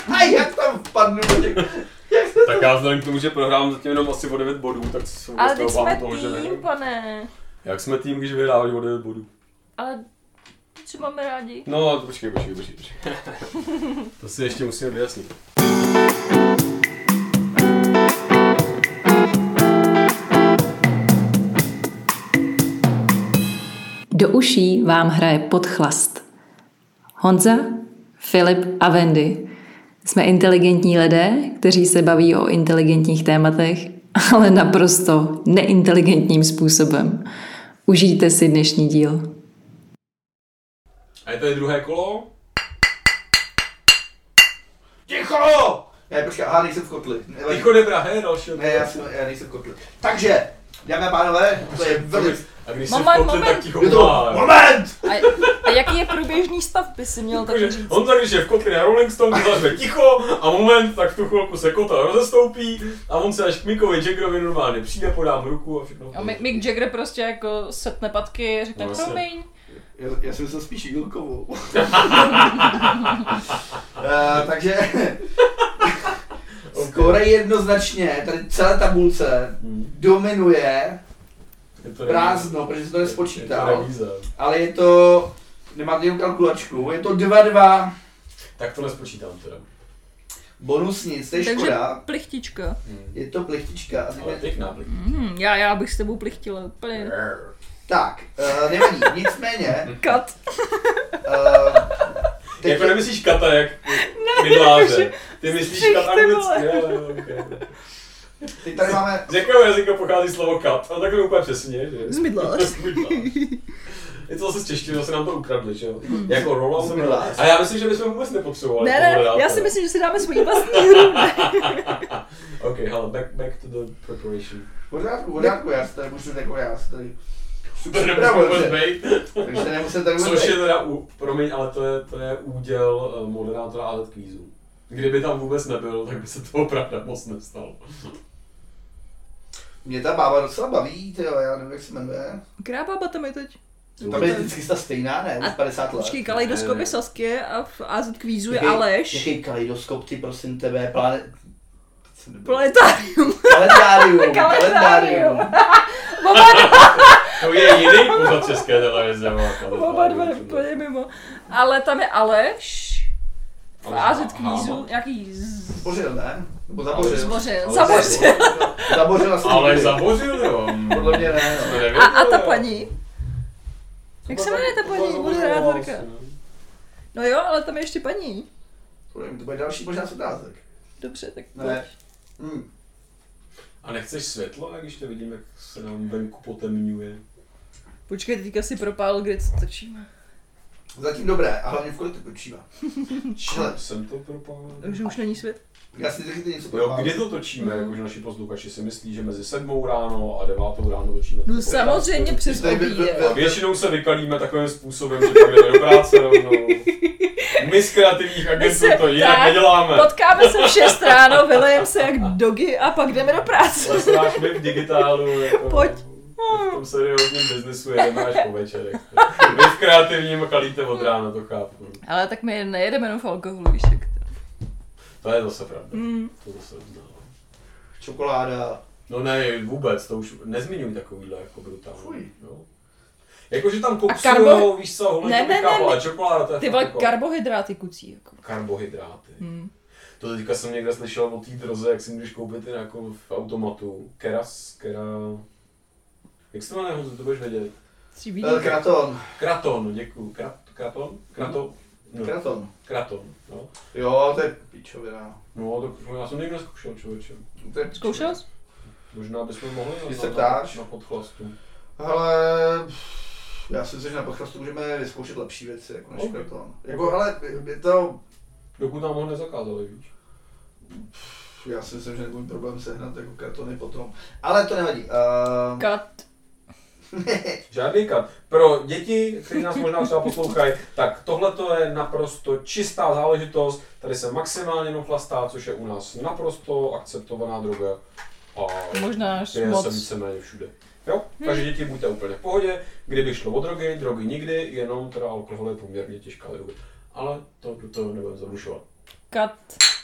Hej, jak tam vpadnu do těch... Tak já vzhledem k tomu, že prohrám zatím jenom asi o 9 bodů, tak se Ale teď jsme toho, že tým, pane. Jak jsme tým, když vyhráli o 9 bodů? Ale co máme rádi? No, počkej. To si ještě musíme vyjasnit. Do uší vám hraje Podchlast. Honza, Filip a Wendy. Jsme inteligentní lidé, kteří se baví o inteligentních tématech, ale naprosto neinteligentním způsobem. Užijte si dnešní díl. A je tady druhé kolo? Ticho! Ne, počkej, nejsem v kotli. Ticho nebra, další. Ne, já nejsem v kotli. Takže, dámy a pánové, to je velice... A když jsi v kotli, tak ticho má. Moment! A jaký je průběžný stav, by si měl taky říct? On tak, když je v kotli na Rolling Stone, zařve ticho a moment, tak v tu chvilku se kotel rozestoupí a on se až k Mickovi Jaggerovi normálně přijde, podá mu ruku a všechno. A Mick Jagger prostě jako setne patky, řekne promiň. Já jsem myslel spíš Jílkovou. Takže skoro jednoznačně tady celé tabulce dominuje prázdno, protože se to nespočítal. Ale je to, nemáte jenom kalkulačku, je to 2-2. Tak to nespočítám teda. Bonus nic, to je takže škoda. Takže plichtička. Je to plichtička. Ale pěkná plichtička. Já bych s tebou plichtila úplně. Tak, nevadí, nicméně. Kat. Jako nemyslíš kata jak mydláře. Ty myslíš kat anglicky. Teď tady máme... Z jakého jazyka pochází slovo kat? A takhle úplně přesně, že? Z mydlář. Je to zase z češtiny, zase nám to ukradli, že jo? Jako roll. A já myslím, že bychom vůbec nepotřebovali. Ne, já si myslím, že si dáme svůj vlastní hru. Ok, hele, back to the preparation. V pořádku, já se tady můžu jako já se tady... To nemusím vůbec bejt. Takže nemusím tady vůbec Což je teda, promiň, ale to je úděl moderátora AZ Kvízu. Kdyby tam vůbec nebyl, tak by se toho pravda moc nestalo. Mě ta bába docela baví, tyjo, já nevím, jak se jmenuje. Která bába tam je teď? Tam je vždycky ta stejná, ne? Už 50 let. Počkej, kaleidoskop je Saskia a v AZ Kvízu je Aleš. Jaký kaleidoskop, ty prosím tebe, Planetárium. Kalendárium. To je jiný pořad české televize. Oba dva úplně mimo. Ale tam je Aleš. V AZ Kvízu, nějaký Zbořil, ne? Nebo zabořil. Zabořil asi. Ale zabořil, jo. Podle mě ne, no. A ta paní? Jak se jmenuje ta paní moderátorka? No jo, ale tam je ještě paní. To bude další možná otázek. Dobře, tak ne. A nechceš světlo, když to vidím, jak se nám venku potemňuje? Počkej, teďka si propálil, kde to točíme. Zatím dobré, a hlavně v kolik to počívá. Čele. Jsem to propálil. Takže už není svět. Já si taky něco propálil. Jo, kdy to točíme, jakože naši posluchači si myslí, že mezi 7 ráno a 9 ráno točíme. No samozřejmě přes obídek. A většinou se vykalíme takovým způsobem, že pak jdeme do práce rovnou. My z kreativních agentů to jinak neděláme. Potkáme se v 6 ráno, vylejeme se jak dogy a pak jdeme do práce. Lesnáš my v digitálu. Jako... Pojď. V tom seriózním biznesu jedeme až po večerech. Vy v kreativním kalíte od rána, to chápu. Ale tak my nejedeme jenom v alkoholu, víš jak to. To je zase pravda. To zase uznávám. Čokoláda. No ne, vůbec, to už nezmiňuj takovýhle jako brutální. Jakože tam koksujou, víš co, holeňkový kápo, ale čokoláda to je ty vole jako... karbohydráty kucí. Jako. Karbohydráty. To teďka jsem někde slyšel o té droze, jak si můžeš koupit jako v automatu. Jak se to jmenuje, to budeš vědět? Kraton, děkuju. Kraton, no. Jo, to je pičovina. No, to já jsem někde zkoušel, člověče. Zkoušel jsi? Možná bychom mohli na podchlastu. Ale já si myslím, že na podchlastu můžeme vyzkoušet lepší věci, jako než Kraton. Jako, ale je to... Dokud nám ho nezakázali, víš? Já si myslím, že nebudu problém sehnat jako kartony potom. Ale to nevadí. Kat. Žádný kat. Pro děti, kteří nás možná třeba poslouchají, tak tohle je naprosto čistá záležitost. Tady se maximálně jenom chlastá, což je u nás naprosto akceptovaná droga. A možná až je moc. Se víceméně všude. Jo? Takže děti buďte úplně v pohodě. Kdyby šlo o drogy nikdy, jenom teda alkohol je poměrně těžká droga. Ale to nebudeme zadlušovat. Kat.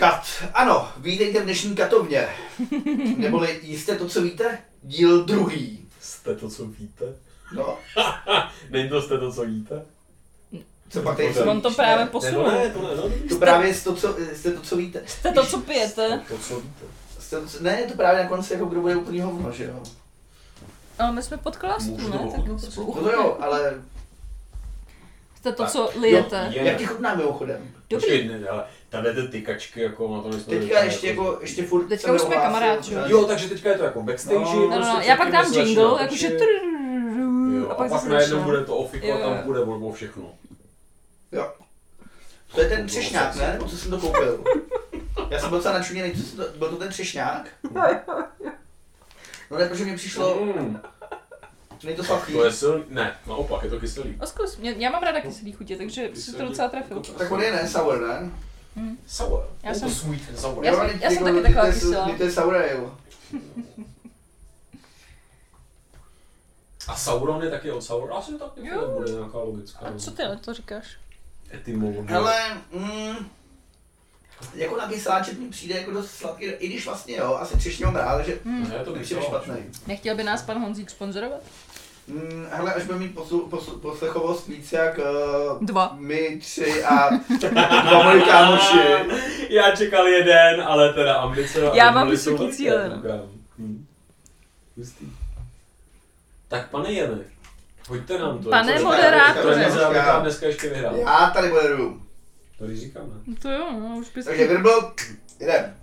Kat, ano, vítejte v dnešní katovně. Neboli jste to, co víte? Díl 2. Jste to, co víte? No. Není to jste to, co víte? Co pak tady On to právě posunul. To právě jste to, co víte. Jste to, co pijete. To, co víte. Ne, je to právě na konci, jako kdo bude úplný hovno, že jo? Ale my jsme pod klastu, ne? Tak No to jo, ale... Jste to, co lijete. Jak ti chutná mimochodem? Dobrý. Ne, ale tady ty tykačky, jako na to nejsme... Teďka ještě furt... Teďka už jsme kamarád, že jo? Jo, takže teďka je to jako backstage. No, já pak dám jingle, jakože a pak najednou bude to ofiko a tam bude volbo všechno. Jo. To je ten třešňák, ne? Nebo co jsem to koupil? Já jsem byl docela načuněný, byl to ten třešňák? No ne, protože mi přišlo... Není to sladký. To je silný, ne, naopak, je to kyselý. Zkus, já mám ráda kyselý chutě, takže si to docela trefil. Tak on je ne, sour, ne? Sour, já jsem sweet and sour. Já jsem taky taková kyselá. To je sour ale. A Sauron je taky od sour? Asi to taky bude nějaká logická. A co ty to říkáš? Etymologie. Hele, jako na kyseláček mi přijde jako dost sladký, i když vlastně jo, asi třešně mám rád, že Ne, to přijde špatný. Nechtěl by nás pan Honzík sponzorovat? Hele, až budeme mít poslechovost víc jak 2. my 3 a 2 moji kámoši. Já čekal 1, ale teda ambice. Já mám vysoký cíle, no. Hustý. Tak pane Jene, hoďte nám to. Pane moderátore. Já dneska ještě vyhrál. Já tady moderuju. Tady říkáme. To jo, no už bys... Takže Virbl, jdem.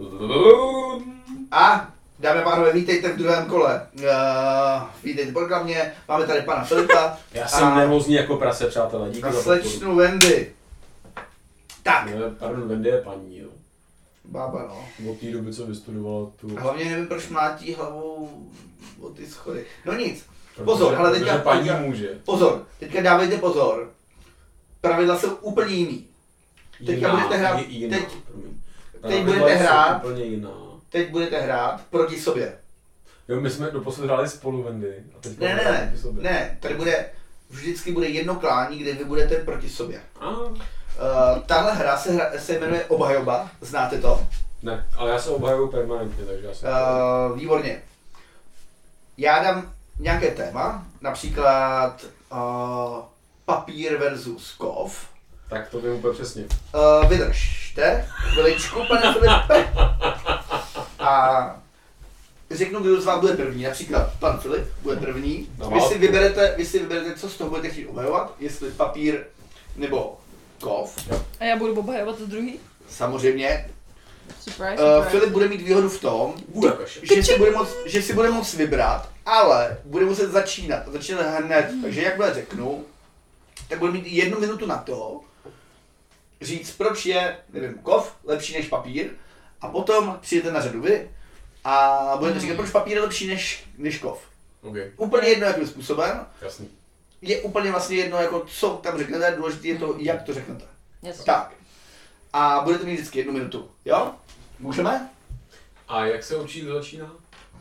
A dámy a pánové, vítejte v druhém kole. Vítejte v programě, máme tady pana Filipa. Já jsem nervózní jako prase, přátelé, díky a za slečnu Wendy. Tak. Pardon, Wendy je paní, jo. Bába, no. Od té doby, co vystudovala tu... A hlavně nevím, proč mlátí hlavou o ty schody. No nic. Pozor, ale teďka... paní může. Pozor, teďka dávejte pozor. Pravidla jsou úplně jiný. Teďka budete hrát... Teď budete hrát... Úplně jiná. Teď budete hrát proti sobě. Jo, my jsme doposud hráli spolu, Wendy. A teď Ne, tady bude, vždycky bude jedno klání, kde vy budete proti sobě. Tahle hra se jmenuje Obhajoba, znáte to? Ne, ale já se obhajuju permanentně, takže já jsem... Výborně. Já dám nějaké téma, například papír versus kov. Tak to vím úplně přesně. Vydržte chviličku, pane Filipe. A řeknu, kdo z vás bude první. Například pan Filip bude první. Vy si vyberete, co z toho budete chtít obhajovat, jestli papír nebo kov. A já budu obhajovat to druhý? Samozřejmě. Surprise. Filip bude mít výhodu v tom, že si bude moct vybrat, ale bude muset začínat hned. Takže jak bude řeknu, tak bude mít 1 minutu na to, říct, proč je, nevím, kov lepší než papír, a potom přijdete na řadu vy a budete říkat, proč papír je lepší než kov. Okay. Úplně jedno, jakým způsobem. Jasný. Je úplně vlastně jedno, jako co tam řeknete, důležité je to, jak to řeknete. Yes. Tak. A budete mít vždycky 1 minutu, jo? Můžeme? A jak se určitě začíná?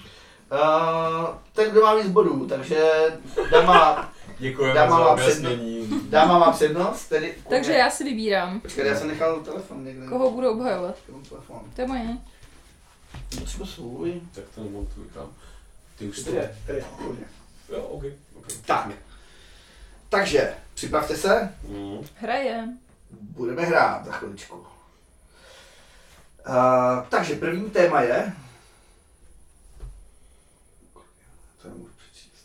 Ten, kdo má víc bodů, takže dáma má přednost, tedy... Takže já si vybírám. Počkej, já jsem nechal telefon někde. Koho budu obhajovat? Telefon. To je moje. Potřebuji svůj. Tak to nemontuj tam. Ty už to... Tady, Jo, ok. Tak. Takže, připravte se. Hraje. Budeme hrát za chviličku. Takže první téma je... To nemůžu přečíst.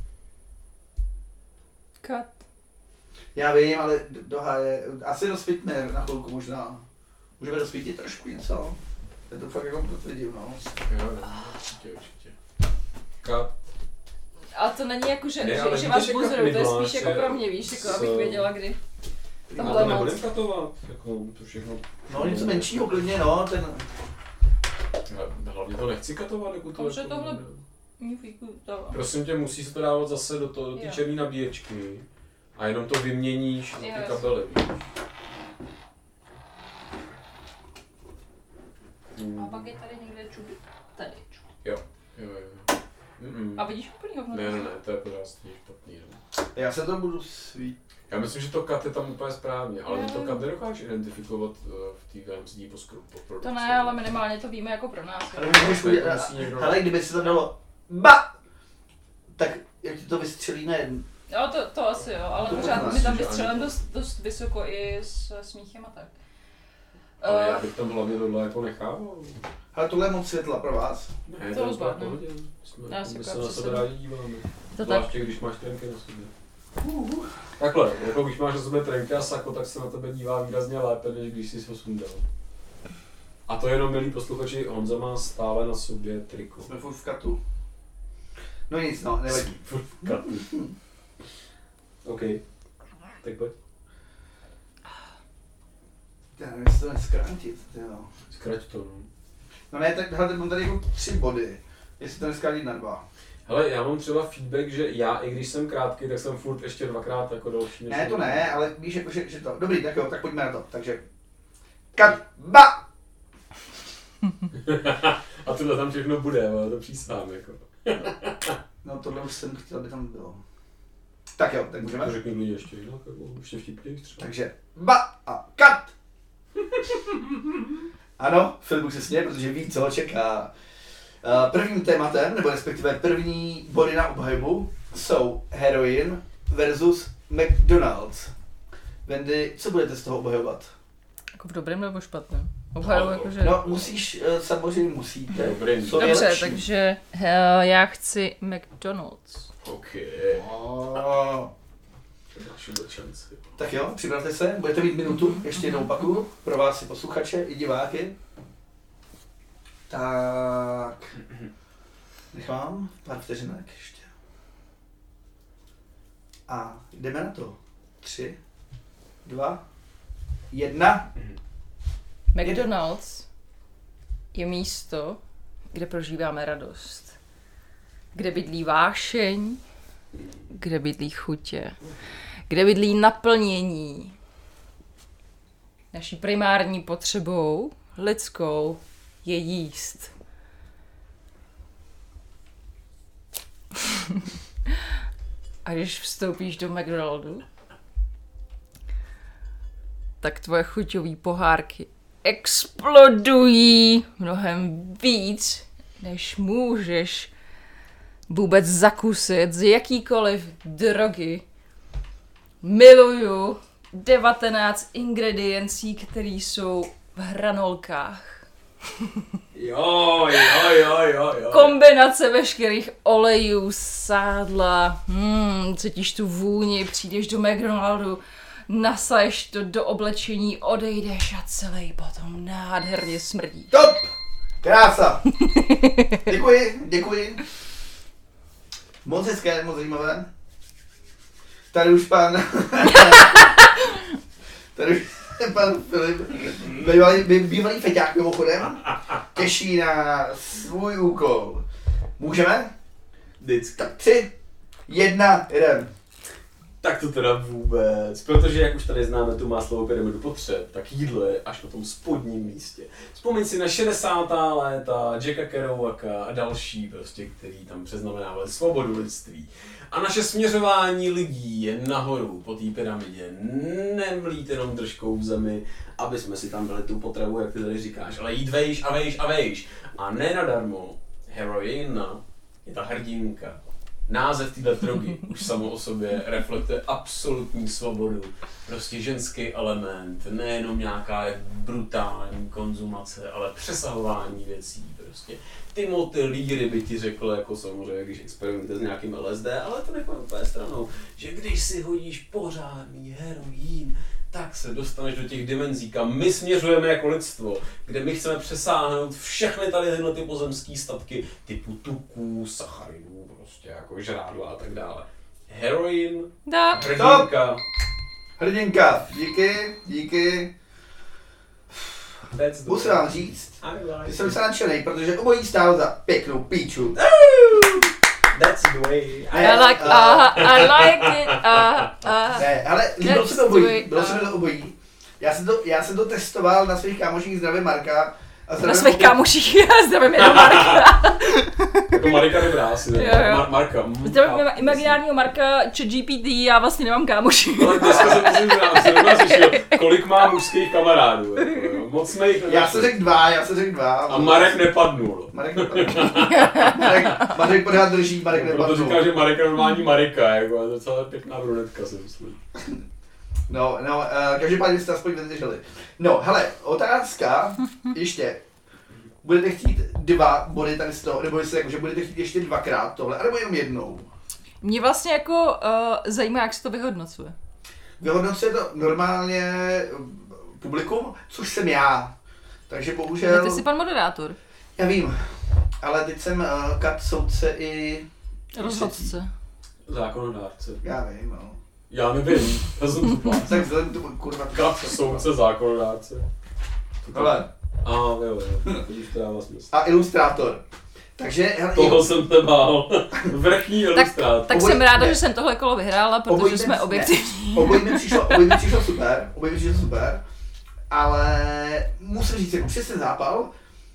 Cut. Já vím, ale doháje... Asi rozsvítne na chvilku možná. Můžeme rozsvítit trošku něco? Je to fakt jako potvrdím, no. Jo, určitě. Cut. A to není jako, že Ne, máš buzeru, to je spíš jako pro mě, víš, jako abych věděla, kdy. Tohle moc. Nebudem katovat, jako to všechno. No něco menšího klidně, no, ten... Hlavně to nechci katovat, jako to... Takže tohle... Prosím tě, musí se to dávat zase do té černé nabíječky a jenom to vyměníš za ty kabely, víš. A pak je tady někde čudy? Tady čudy. Jo. A vidíš úplný hovno? Ne, to je pořád špatný. Já se to budu svít. Já myslím, že to kat je tam úplně správně, ale ty to kat nedokážeš identifikovat v té VMC po To ne, ale minimálně to víme jako pro nás. Ale kdyby se to dalo ba, tak jak ti to vystřelí nejen. Jo, to asi jo, ale pořád my tam vystřelím dost vysoko i s smíchem a tak. Ale já bych tam hlavně tohle jako nechával. Ale tohle je moc světla pro vás. Ne, to je úplně pohodě. My se na sebe rádi díváme. Zvláště když máš trenky na sobě. Takhle, jako když máš na sobě trenky a sako, tak se na tebe dívá výrazně lépe, než když jsi ho sundal. A to jenom, milí posluchači, Honza má stále na sobě triko. Jsme furt v katu. No nic, no, nevadí. Furt v katu. OK. Tak pojď. Já nevím, jestli to neskrátit, jo. Zkrať to, no. No ne, tak hele, mám tady jako 3 body. Jestli to neskrátit na 2. Hele, já mám třeba feedback, že já, i když jsem krátký, tak jsem furt ještě 2krát jako další. Ne, to ne, ale víš, jako, že to. Dobrý, tak jo, tak pojďme na to. Takže. Kat, ba! A tohle tam všechno bude, ale to přísám, jako. No tohle už jsem chtěl, aby tam bylo. Tak jo, tak můžeme. To řekni mi ještě jinak, jako ještě vtipnější třeba. Takže ba a kat! Ano, Filip se směje, protože ví, co ho čeká. Prvním tématem, nebo respektive první body na obhajobu, jsou heroin versus McDonald's. Wendy, co budete z toho obhajovat? Jako v dobrém nebo špatném? Obhajuju jakože... No musíš, samozřejmě musíte. Dobře, takže já chci McDonald's. OK. Tak jo, připravte se, budete mít minutu, ještě jednou opakuju, pro vás i posluchače i diváky. Tak, nechám pár vteřinek ještě. A jdeme na to. 3, 2, 1. McDonald's je místo, kde prožíváme radost. Kde bydlí vášeň, kde bydlí chutě, kde bydlí naplnění. Naší primární potřebou, lidskou, je jíst. A když vstoupíš do McDonaldu, tak tvoje chuťové pohárky explodují mnohem víc, než můžeš vůbec zakusit z jakýkoliv drogy. Miluju 19 ingrediencí, které jsou v hranolkách. Jo. Kombinace veškerých olejů, sádla, cítíš tu vůni, přijdeš do McDonaldu, nasaješ to do oblečení, odejdeš a celý potom nádherně smrdí. Top! Krása! Děkuji. Moc hezké, moc zajímavé. Tady už pan Filip, bývalý feťák mimochodem, těší na svůj úkol. Můžeme? Vždycky. Tak 3, 1, 1. Tak to teda vůbec, protože jak už tady známe tu Maslowovu pyramidu potřeb, tak jídlo je až na tom spodním místě. Vzpomeň si na 60. léta, Jacka Kerouaka a další prostě, který tam přeznamenávali svobodu lidství. A naše směřování lidí je nahoru po té pyramidě. Nemlít jenom držkou v zemi, aby jsme si tam dali tu potravu, jak ty tady říkáš, ale jít vejš a vejš a vejš. A ne nadarmo, heroina je ta hrdinka. Název téhle drogy už samo o sobě reflektuje absolutní svobodu. Prostě ženský element, nejenom nějaká brutální konzumace, ale přesahování věcí prostě. Ty motylíry by ti řekl, jako samozřejmě, když experimentujete s nějakým LSD, ale to nechám úplně stranou, že když si hodíš pořádný heroin, tak se dostaneš do těch dimenzí, kam my směřujeme jako lidstvo, kde my chceme přesáhnout všechny tady tyhle ty pozemský statky typu tuků, sacharidů, prostě jako žrádla a tak dále. Heroin, hrdinka, díky. Musím vám říct, že jsem se nadšenej, protože obojí stál za pěknou píču. That's the way. I like it. Ne, ale bylo se to obojí. Já jsem to testoval na svých kámoších Zdravě Marka Na svých kámoších, zdravím jenom Marka. Jako Marika dobrá asi, ne? Marka. Zdravím imaginárního Marka, ChatGPT, já vlastně nemám kámoši. Ale dneska jsem slyšel, kolik má mužských kamarádů. Jako, moc jsme jich Já jsem řekl 2. A Marek nepadnul. Marek pořád drží, Marek nepadnul. Proto říkám, že Marek je normální Marika, jako je docela pěkná brunetka, si myslím. No, každopádně jste aspoň vydrželi. No, hele, otázka, ještě. Budete chtít 2 body tady z toho, nebo jestli jako, že budete chtít ještě 2krát tohle, anebo jenom jednou? Mě vlastně jako zajímá, jak se to vyhodnocuje. Vyhodnocuje to normálně publikum, což jsem já. Takže bohužel... Ty jsi pan moderátor. Já vím, ale teď jsem kat soudce i... Rozhodce. Zákonodárce. Já vím, no. Já nevím, já jsem to plán. Tak vzhledem tomu, kurva... Kat soudce, zákonodárce. Hele. Jo, to už to dává smysl. A ilustrátor. Takže, hele, toho jsem te bál. Vrchní ilustrátor. Tak jsem ráda, že jsem tohle kolo vyhrála, protože jsme objektivní. Obojí mi přišlo super, ale musím říct, jako přesně zápal.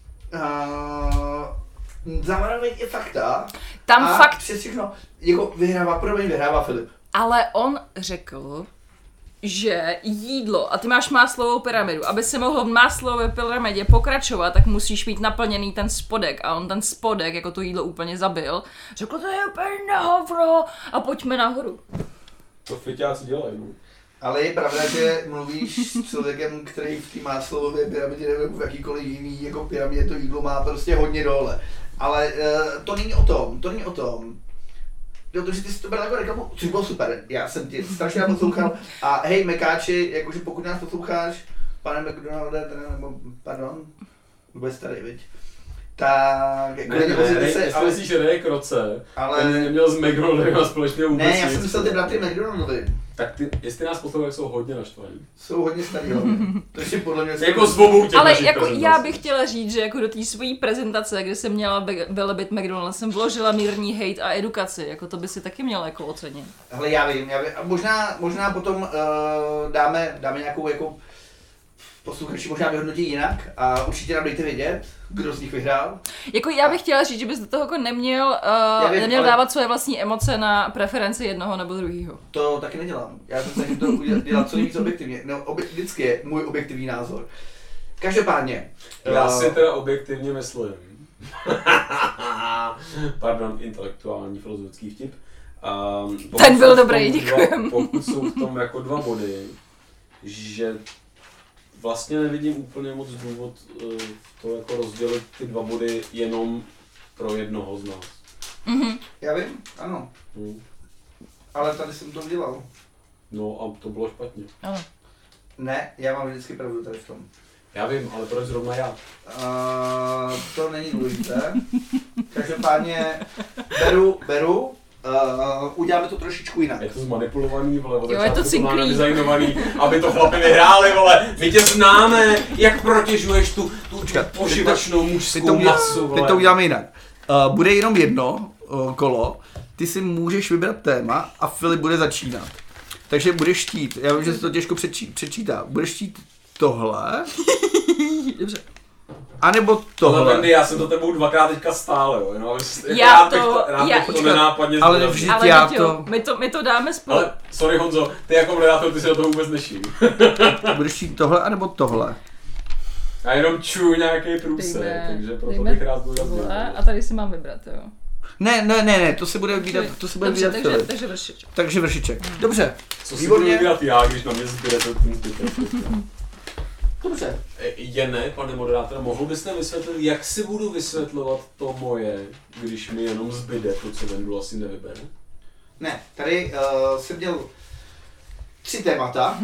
Zároveň je fakta. Tam a fakt... přes všechno, jako vyhrává Filip. Ale on řekl, že jídlo, a ty máš Maslowovou pyramidu, aby se mohlo v Maslowové pyramidě pokračovat, tak musíš mít naplněný ten spodek. A on ten spodek, jako to jídlo úplně zabil, řekl, to je úplně na hovno a pojďme nahoru. To fiťáci dělají, no. Ale je pravda, že mluvíš s člověkem, který v té Maslowově pyramidě nebo v jakýkoliv jiný jako pyramidě to jídlo má prostě hodně dole. Ale to není o tom. Jo, to, že ty jsi to bral jako reklamu, což bylo super, já jsem tě strašně rád poslouchal a hej Mekáči, jakože pokud nás posloucháš, pane McDonalde, nebo pardon, vůbec starý, viď? Tak, jako jestli myslíš, že Ray Kroce, ale ten neměl s McDonaldem a společně vůbec ne, já jsem myslel ty bratry McDonaldovi. Tak ty, jestli nás poslouchají, jsou hodně naštvaní. Jsou hodně starý hlavně. To je podle mě... Jako zvou těch ale jako já bych chtěla říct, že jako do té svojí prezentace, kde jsem měla velebit McDonald's, jsem vložila mírný hate a edukaci, jako to by si taky měla jako ocenit. Hele, já vím. A možná potom dáme nějakou jako posluchači možná vyhodnotí jinak a určitě nám dejte vědět, kdo z nich vyhrál. Jako já bych chtěla říct, že bys do toho jako neměl dávat své vlastní emoce na preferenci jednoho nebo druhého. To taky nedělám. Já jsem snažím to dělat co nejvíc objektivně. No, vždycky je můj objektivní názor. Každopádně. Já si teda objektivně myslím. Pardon, intelektuální filozofický vtip. Ten byl dobrý, děkujem. Pokud jsou v tom jako 2 body, že vlastně nevidím úplně moc důvod to jako rozdělit ty 2 body jenom pro jednoho z nás. Mm-hmm. Já vím, ano. Ale tady jsem to udělal. No a to bylo špatně. Ano. Ne, já mám vždycky pravdu tady v tom. Já vím, ale proč zrovna já? To není důležité. Každopádně beru. Uděláme to trošičku jinak. Je to zmanipulovaný, vole, jo, je to cinklý. Nadizajnovaný, aby to chlapi vyhráli, vole. My tě známe, jak protěžuješ tu poživačnou mužskou masu, vole. Teď to uděláme jinak. Bude jenom jedno kolo, ty si můžeš vybrat téma a Filip bude začínat. Takže budeš chtít, já vím, že se to těžko přečítá, budeš chtít tohle. Dobře. A nebo tohle. Ale já jsem to tebou 2krát teďka stál, jo. No, rád bych to nenápadně ale zbudil. vždyť já to... My to dáme spolu. Ale sorry Honzo, ty jako moderátor, ty si o to vůbec neší. Budeš chtít tohle, anebo tohle? Já jenom čuju nějaký průser, takže proto bych rád byl tohle a tady si mám vybrat, jo. Ne, to se bude vybírat, Takže vršiček. Takže vršiček. Dobře. Co si budu vybírat já, když na mě zbyde ten zbytek? Dobře. Jene, pane moderátor, mohl byste vysvětlit, jak si budu vysvětlovat to moje, když mi jenom zbyde to, co Vendul asi nevybere? Ne, tady jsem měl 3 témata.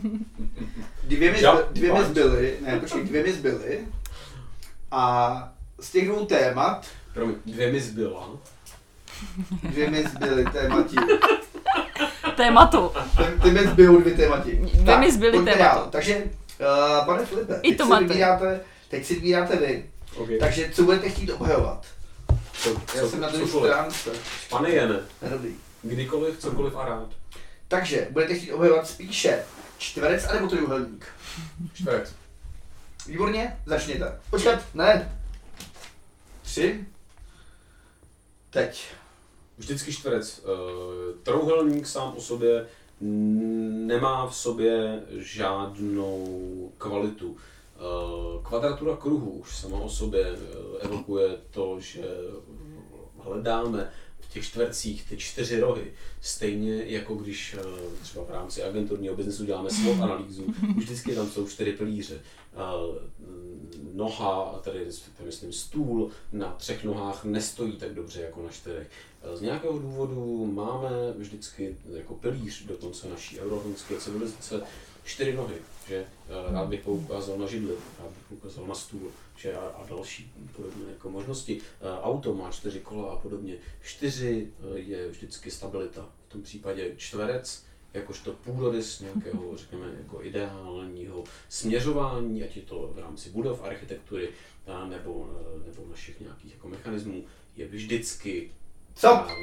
Dvě mi zbyly. A z těch 2 témat... Promiň, 2 mi zbyla. 2 mi zbyly témati. Tématu. Ty mi zbylou 2 témati. 2 mi zbyly tématu. Takže, pane Filipe, teď si vybíráte vy. Okay. Takže co budete chtít obhajovat? Já jsem na druhé stránce. Pane Jene, Nerody. kdykoliv, cokoliv a rád. Takže budete chtít obhajovat spíše čtverec anebo trojúhelník? Čtverec. Výborně, začněte. Počkat, ne. 3. Teď. Vždycky čtverec. Trouhelník sám o sobě nemá v sobě žádnou kvalitu. Kvadratura kruhu už sama o sobě evokuje to, že hledáme v těch čtvercích ty 4 rohy. Stejně jako když třeba v rámci agenturního biznesu děláme SWOT analýzu, vždycky tam jsou 4 pilíře. Noha, tedy myslím stůl, na 3 nohách nestojí tak dobře jako na 4. Z nějakého důvodu máme vždycky jako pilíř dokonce naší euroatlantické civilizace 4 nohy, že rád bych poukázal na židli, rád bych poukázal na stůl, že a další podobné jako možnosti. Auto má 4 kola a podobně. 4 je vždycky stabilita. V tom případě čtverec jakožto půdorys nějakého, řekněme, jako ideálního směřování, ať je to v rámci budov, architektury, nebo našich nějakých jako mechanismů, je vždycky správně.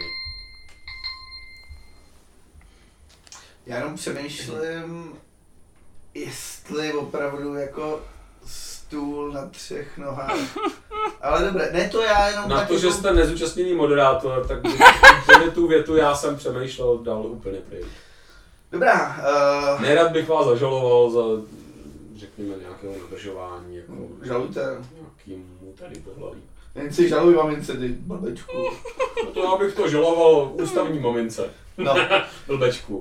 Já jenom přemýšlím, jestli opravdu jako stůl na 3 nohách. Ale dobré, ne to já jenom... Na to, jako... že jste nezúčastněný moderátor, tak tu větu já jsem přemýšlel dál úplně pryč. Dobrá. Nerad bych vás zažaloval za, řekněme, nějakého udržování, jako... Žalujte. Nějakýmu tady pohlaví. Jen si žaluj mamince, ty blbečku. No to já bych to žaloval ústavní mamince. No. Blbečku.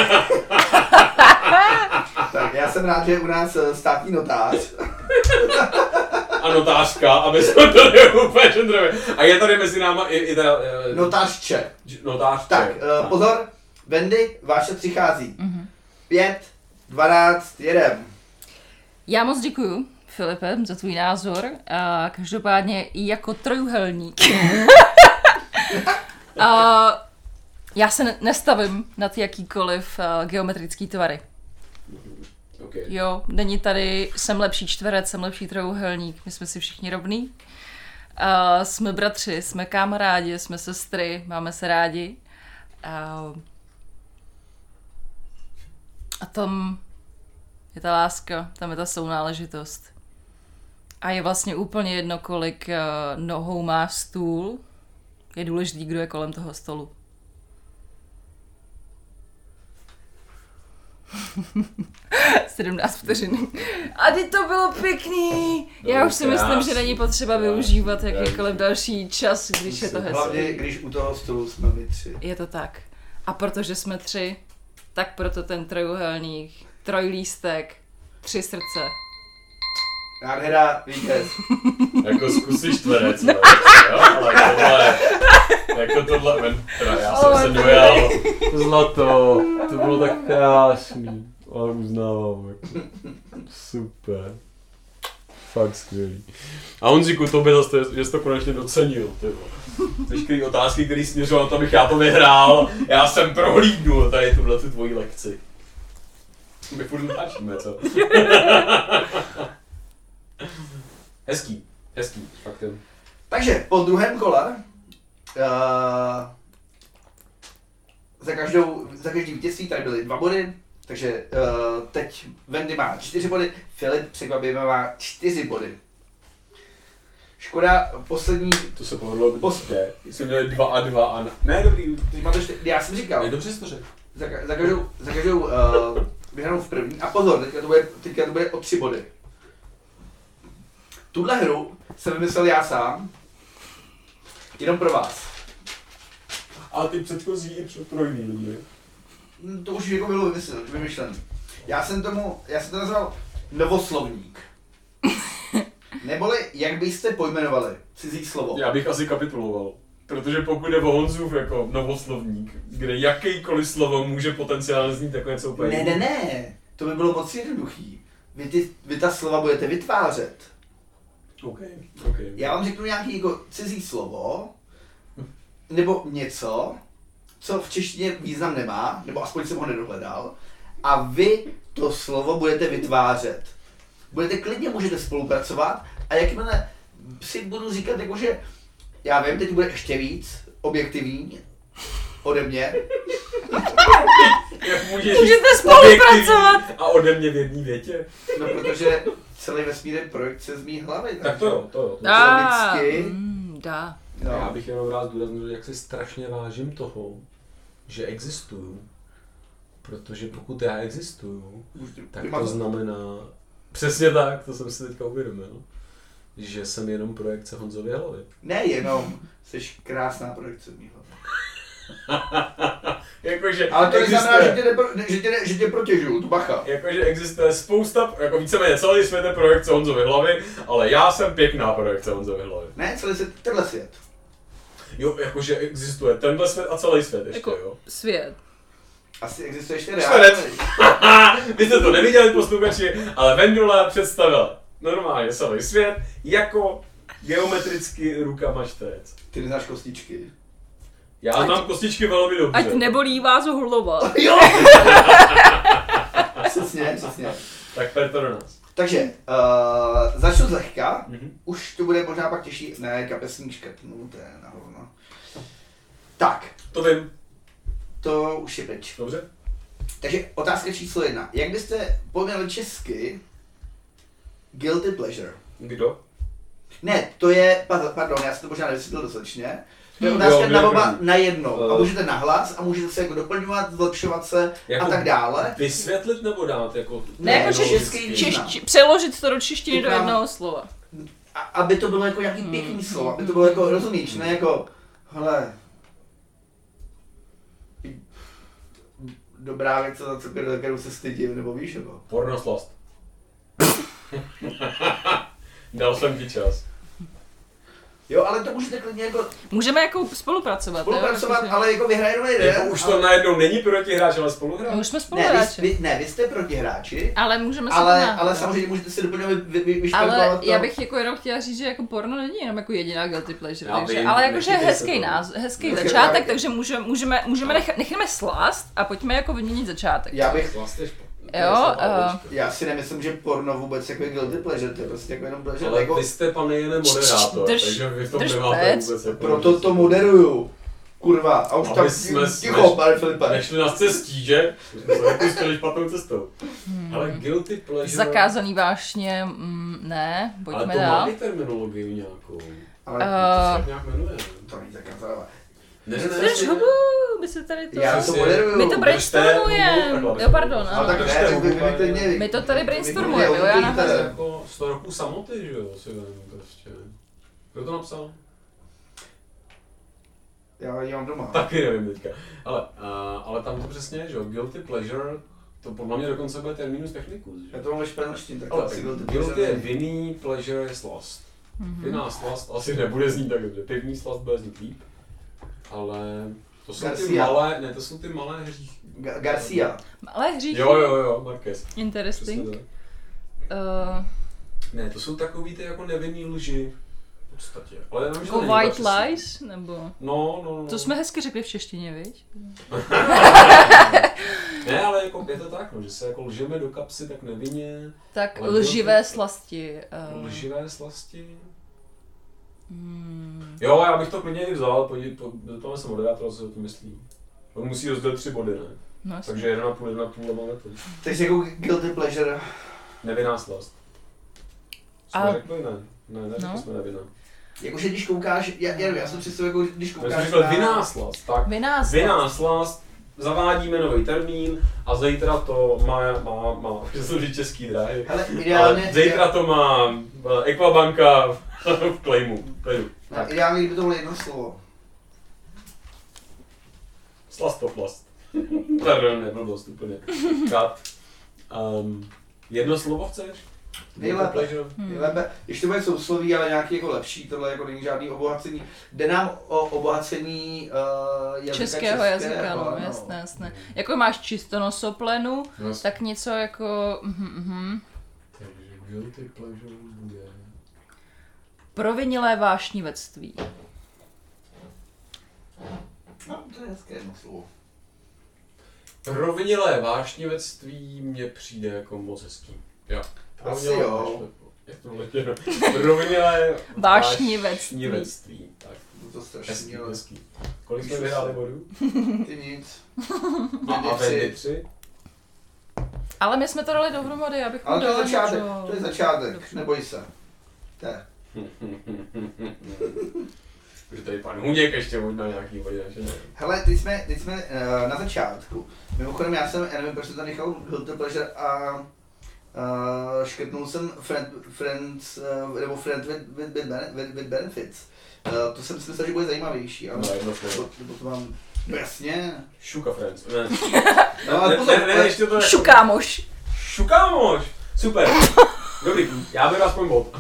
Tak já jsem rád, že je u nás státní notář. A notářka, aby jsme to úplně genderově. A je tady mezi náma i teda... Notářče. Notářče. Tak, pozor, Wendy, váše přichází. 5, 12, jedem. Já moc děkuju, Filipe, za tvůj názor. A každopádně i jako trojuhelník. Já se nestavím na ty jakýkoliv geometrický tvary. Okay. Jo, není tady, jsem lepší čtverec, jsem lepší trojuhelník, my jsme si všichni rovní. Jsme bratři, jsme kamarádi, jsme sestry, máme se rádi. A tam je ta láska, tam je ta sounáležitost. A je vlastně úplně jedno, kolik nohou má stůl. Je důležitý, kdo je kolem toho stolu. – 17 vteřin. A teď to bylo pěkný. Já už si myslím, že není potřeba využívat jakýkoliv další čas, když je to hezké. Hlavně, když u toho stolu jsme my 3. Je to tak. A protože jsme 3, tak proto ten trojuhelník, trojlístek, 3 srdce. Nádhera, vítěz. Jako zkusíš čtverec, jo, ale tohle, jako tohle, já jsem se dojal. Zlato, to bylo tak krásný, ale uznávám, jako, super. Fakt skvělý. A Honzíku, tobě zase, že jsi to konečně docenil, veškerý otázky, které směřoval na to, abych já to vyhrál, já jsem prohlídnul tady tuhle tvoji lekci. My furt natáčíme, co? Hezký, fakt jen. Takže po druhém kole za každý vítězství tady byly 2 body, takže teď Wendy má 4 body, Filip překvapivě má 4 body. Škoda, poslední... To se povedlo prostě. Jsme měli 2 a 2 a... Ne, dobrý. Já jsem říkal. Ne, dobře jsi to řekl. Za každou vyhranou v první. A pozor, teďka to bude o 3 body. Tuhle hru jsem vymyslel já sám. Jenom pro vás. A ty předchozí i trojný lidi. To už jako bylo vymyšlené. Já jsem to nazval novoslovník. Neboli, jak byste pojmenovali cizí slovo? Já bych asi kapituloval. Protože pokud jde o Honzův jako novoslovník, kde jakýkoliv slovo může potenciálně znít takové něco úplně... Ne, to by bylo moc jednoduchý. Vy ta slova budete vytvářet. Okay. Já vám řeknu nějaký jako cizí slovo, nebo něco, co v češtině význam nemá, nebo aspoň jsem ho nedohledal, a vy to slovo budete vytvářet. Můžete spolupracovat a jakmile si budu říkat, jakože, já vím, teď bude ještě víc objektivní ode mě, Můžete spolupracovat. A ode mě v jedné větě. No, protože celý vesmír je projekce z mý hlavy. Tak to jo. Dá. No. Já bych jenom rád zdůraznil, jak si strašně vážím toho, že existuju. Protože pokud já existuju, tak to znamená, přesně tak, to jsem si teďka uvědomil, že jsem jenom projekce Honzovy hlavy. Ne jenom, jsi krásná projekce v mý hlavy. Jakože ale to neznamená, že tě protěžuju, to bacha. Jakože existuje spousta, jako víceméně celý svět je projekce Honzovy hlavy, ale já jsem pěkná projekce Honzovy hlavy. Ne, celý svět, tenhle svět. Jo, jakože existuje tenhle svět a celý svět ještě, jako jo. Svět. Asi existuje ještě reálně. Vy jste to neviděli, posluchači, ale Vendula představila normálně celý svět jako geometricky rukama čtverec. Ty neznáš kostičky. Já znám kostičky velmi dobře. Ať nebolí vás hlava. Jo! Přesně. Tak per to do nás. Takže, začnu zlehka, už to bude možná pak těžší, ne, kapesník škrtnu, to je na hovno. Tak. To vím. To už je pryč. Dobře. Takže otázka číslo 1. Jak byste pojmenovali česky guilty pleasure? Kdo? Ne, to je, pardon, já jsem to možná nevysvětlil dostatečně. To je otázka na oba najednou. A můžete nahlas a můžete se jako doplňovat, zlepšovat se jako a tak dále. Vysvětlit nebo dát jako... Ne, jako přeložit to do češtiny do jednoho slova. Aby to bylo jako nějaký pěkný slovo, aby to bylo jako, rozumíš, ne jako, hele, dobrá věc, za kterou se stydím, nebo víš, jako. Pornoslast. Dal jsem ti čas. Jo, ale to můžete klidně jako... Můžeme jako spolupracovat, ale jako vyhraje jenom jeden. Jako už to najednou není protihráč, ale spoluhráč. My už jsme spoluhráči. Ne, vy jste protihráči. Ale můžeme se ale samozřejmě můžete si doplňovat ale já bych jako jenom chtěla říct, že jako porno není jenom jako jediná guilty pleasure, takže, ale jakože hezký začátek, takže necháme slast a pojďme jako vyměnit začátek. Jo, já si nemyslím, že porno vůbec jako je guilty pleasure, to je prostě jako jenom pleasure. Ale jako... vy jste pan jeden moderátor, takže vy v tom nemáte vůbec jako... Proto to moderuju. Kurva, a už tam ticho, pane Filipe. Nešli na cestí, že? Jsme se nepustili špatnou cestou. Ale guilty pleasure... Zakázaný vášně, ne, pojďme dál. Ale to má i terminologii nějakou. Ale to se nějak jmenuje. To není zakázané. Drž hubu, my se tady to... Já to moderuju. My to brainstormujeme. Jo, pardon. My to tady brainstormujeme, jo, já nahazu. Jako 100 roků samoty, že jo, si vem prostě. Kdo to napsal? Já ji mám doma. Taky nevím teďka. Ale tam to přesně, že jo, guilty pleasure, to podle mě dokonce bude terminus technicus, že? Já to mám ve španělštině, tak asi guilty je vinný, pleasure je slast. Vinná slast asi nebude znít tak dobře, pivní slast bude znít líp. Ale to jsou ty malé, to jsou ty malé hříchy. Garcia. Malé hříchy? Jo, Marquez. Interesting. Ne, to jsou takový ty jako nevinný lži. V podstatě. Ale jenom, jako white lies, nebo? No. To jsme hezky řekli v češtině, viď? Ne, ale jako je to tak, no, že se jako lžeme do kapsy tak nevinně. Tak lživé slasti. Lživé slasti? Jo, já bych to klidně i vzal, zeptáme se moderátora, co o tom myslí. On musí rozdělit 3 body, ne? No, takže 1,5 máme to. Takže jako guilty pleasure. Nevinná slast. Jsme řekli ne, jsme nevinná. Jakože když koukáš, já jsem představil, jako když koukáš já jsem řekl vinná slast, tak vinná slast, zavádíme nový termín a zítra to má že jsou český dráhy, ale zítra to má Equabanka v claimu. Ideálně kdyby to bylo jedno slovo. Slastoplast. Pardon, neblbost úplně. Kat. Jedno slovo chceš? Nejlépe. Ještě to bude sousloví, ale nějaký jako lepší, tohle jako není žádný obohacení. Jde nám o obohacení českého jazyka, no, jasné. Jako máš čistonosoplenu, tak něco jako... Takže guilty pleasure bude... Provinilé vášnivectví. No, to je hezké jedno slovo. Provinilé vášnivectví mně přijde jako moc hezký. Jo. Asi jo. Jak to letěno? Provinilé vášnivectví. Tak. To strašně hezký. Kolik jsme vyhráli bodů? Ty nic. A Wendy 3? Ale my jsme to dali dohromady, abych ale to je začátek, dobře. Neboj se. Už tady pan Huněk ještě možná nějaký body, že ne? Hele, teď jsme na začátku. Mimochodem já nevím, proč jsem to nechal Guilty Pleasure a škrtnul jsem Friends with Benefits. To jsem si myslel, že bude zajímavější, ale to mám... No jasně. Šuka Friends. Ne. No, ale ještě to Šukámoš. Šukámoš. Super. Dobrý, já beru aspoň bod.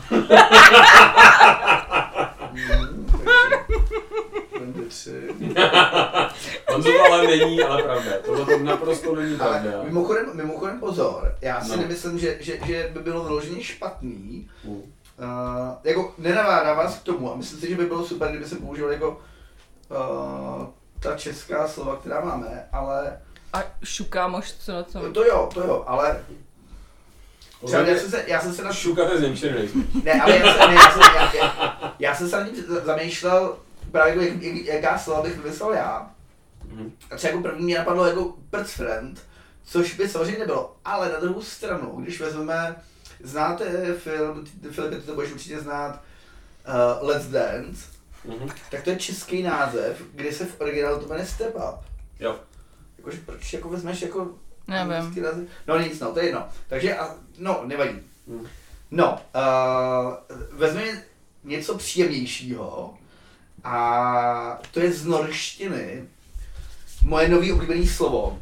On to ale není, ale pravda. Tohle to naprosto není pravda. Mimochodem pozor, já si nemyslím, že by bylo vyloženě špatný. Jako nenavádá vás k tomu a myslím si, že by bylo super, kdyby se používal jako ta česká slova, která máme, ale... A šukámoš, co na tom? To jo, ale... Třeba já jsem se na... Šukat je z němčiny nejsme. Ne, ale já jsem se na tím zamýšlel právě jako jaká slova bych vymyslel já. A třeba jako první mě napadlo jako Prcfriend, což by samozřejmě nebylo, ale na druhou stranu, když vezmeme, znáte film, Filipe, ty to budeš určitě znát, Let's Dance, tak to je český název, kde se v originálu to jmenuje Step Up. Jo. Jakože proč jako vezmeš jako... Nevím. No nic, no, to je jedno. Takže, no, nevadí. No, vezmeme něco příjemnějšího a to je z norštiny moje nový oblíbený slovo.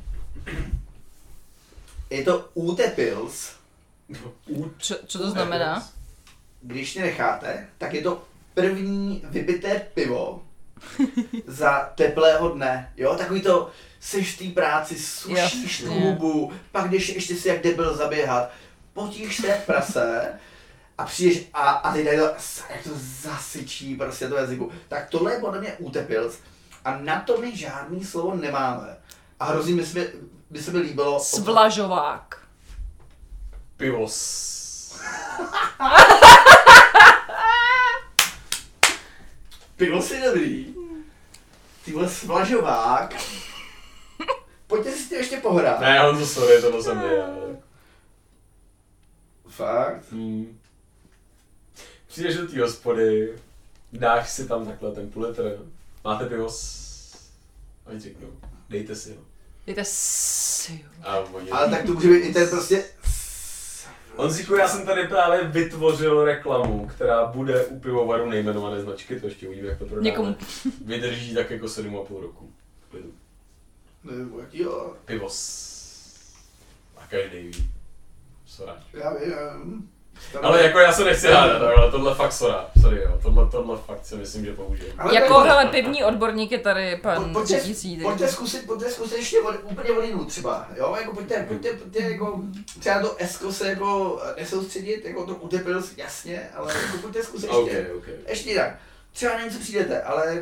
Je to útepils. Co to znamená? Když mě necháte, tak je to první vypité pivo za teplého dne. Jo, takový to seš v té práci, sušíš tu hubu, pak jdeš ještě si jak debil zaběhat, potíš se jak prase a přijdeš a teď tady to, jak to zasyčí prostě to jazyku. Tak tohle je podle mě útepils a na to my žádný slovo nemáme. A hrozně by se mi líbilo... Svlažovák. Pivos. Pivos je dobrý. Tyhle svlažovák. Pojďte si tím ještě pohrát. Ne, Honzo, sorry, to jsem já. Fakt? Přijdeš do té hospody, dáš si tam takhle ten půl litr, máte pivo a oni řeknou, dejte si ho. Dejte si ho. Ale tak to může být i ten prostě... Honzíku, já jsem tady právě vytvořil reklamu, která bude u pivovaru nejmenované značky, to ještě uvidíme, jak to prodáme. Někomu. Vydrží tak jako 7,5 roku. Nebo jaký jo? Pivos. A každý ví. Soráč. Já vím. Ale jako já se nechci hádat, ale tohle fakt soráč. Sorry jo, tohle fakt si myslím, že použijem. Jako hele, pivní odborník je tady pan Řetící. Pojďte zkusit ještě úplně vodinu třeba, jo, jako pojďte jako třeba na to esko se jako nesoustředit, jako to utepil jasně, ale jako pojďte zkusit ještě. Okay. Ještě jinak. Třeba nevím, co přijdete, ale...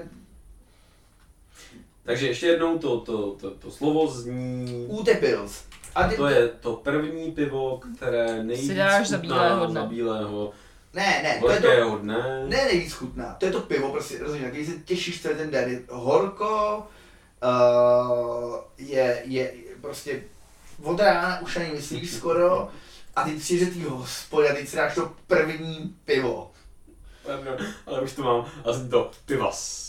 Takže ještě jednou to slovo zní... Útepils. To je to první pivo, které nejvíc chutná za bílého. Ne, to je to dne. Ne nejvíc chutná, to je to pivo, prostě rozumím, když se těšíš celý ten den, je horko, je prostě od rána už ani myslíš skoro a ty přijdeš do té hospody a teď si dáš to první pivo. Ale už to mám a zní to pivas.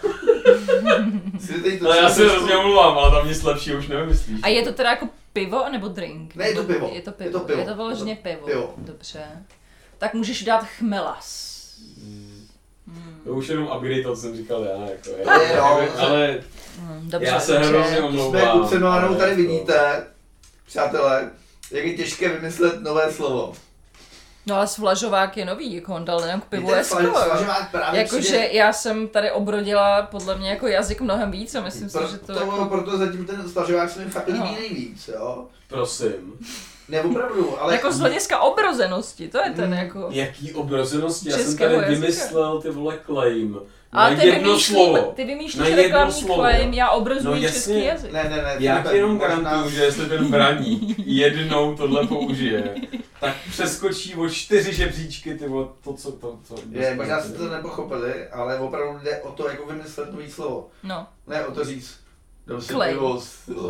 Ale já se hrozně omlouvám, ale tam nic lepšího už nevymyslíš. A je to teda jako pivo nebo drink? Ne, je to pivo. Je to vyloženě pivo. Dobře. Tak můžeš dát chmelas. To už jenom upgrade to, co jsem říkal já, jako. Ale dobře, já se hrozně omlouvám. Jsme u Cenohanou tady vidíte, přátelé, jak je těžké vymyslet nové slovo. No ale svlažovák je nový, jako on dal jenom k pivu esko. Jakože já jsem tady obrodila podle mě jako jazyk mnohem víc a myslím si, že to jako... Proto zatím ten svlažovák se mi fakt líbí nejvíc, jo? Prosím. Ne, opravdu, ale... Jako z hlediska obrozenosti, to je ten jako... Jaký obrozenosti? Já jsem Českého tady jazyka. vymyslel ty vole claim. Ale Na jedno slovo. ty vymýšlíš Na jedno reklamní slovo. claim, já obrozuji No český jasně. jazyk. Ne, Já ti jenom garantuju, že jestli ten braník jednou tohle použije, tak přeskočí o 4 žebříčky, ty vole, to. Je, možná jste to nepochopili, ale opravdu jde o to, jako vymyslet nový slovo. No. Ne o to říct. Dám si Claim. pivo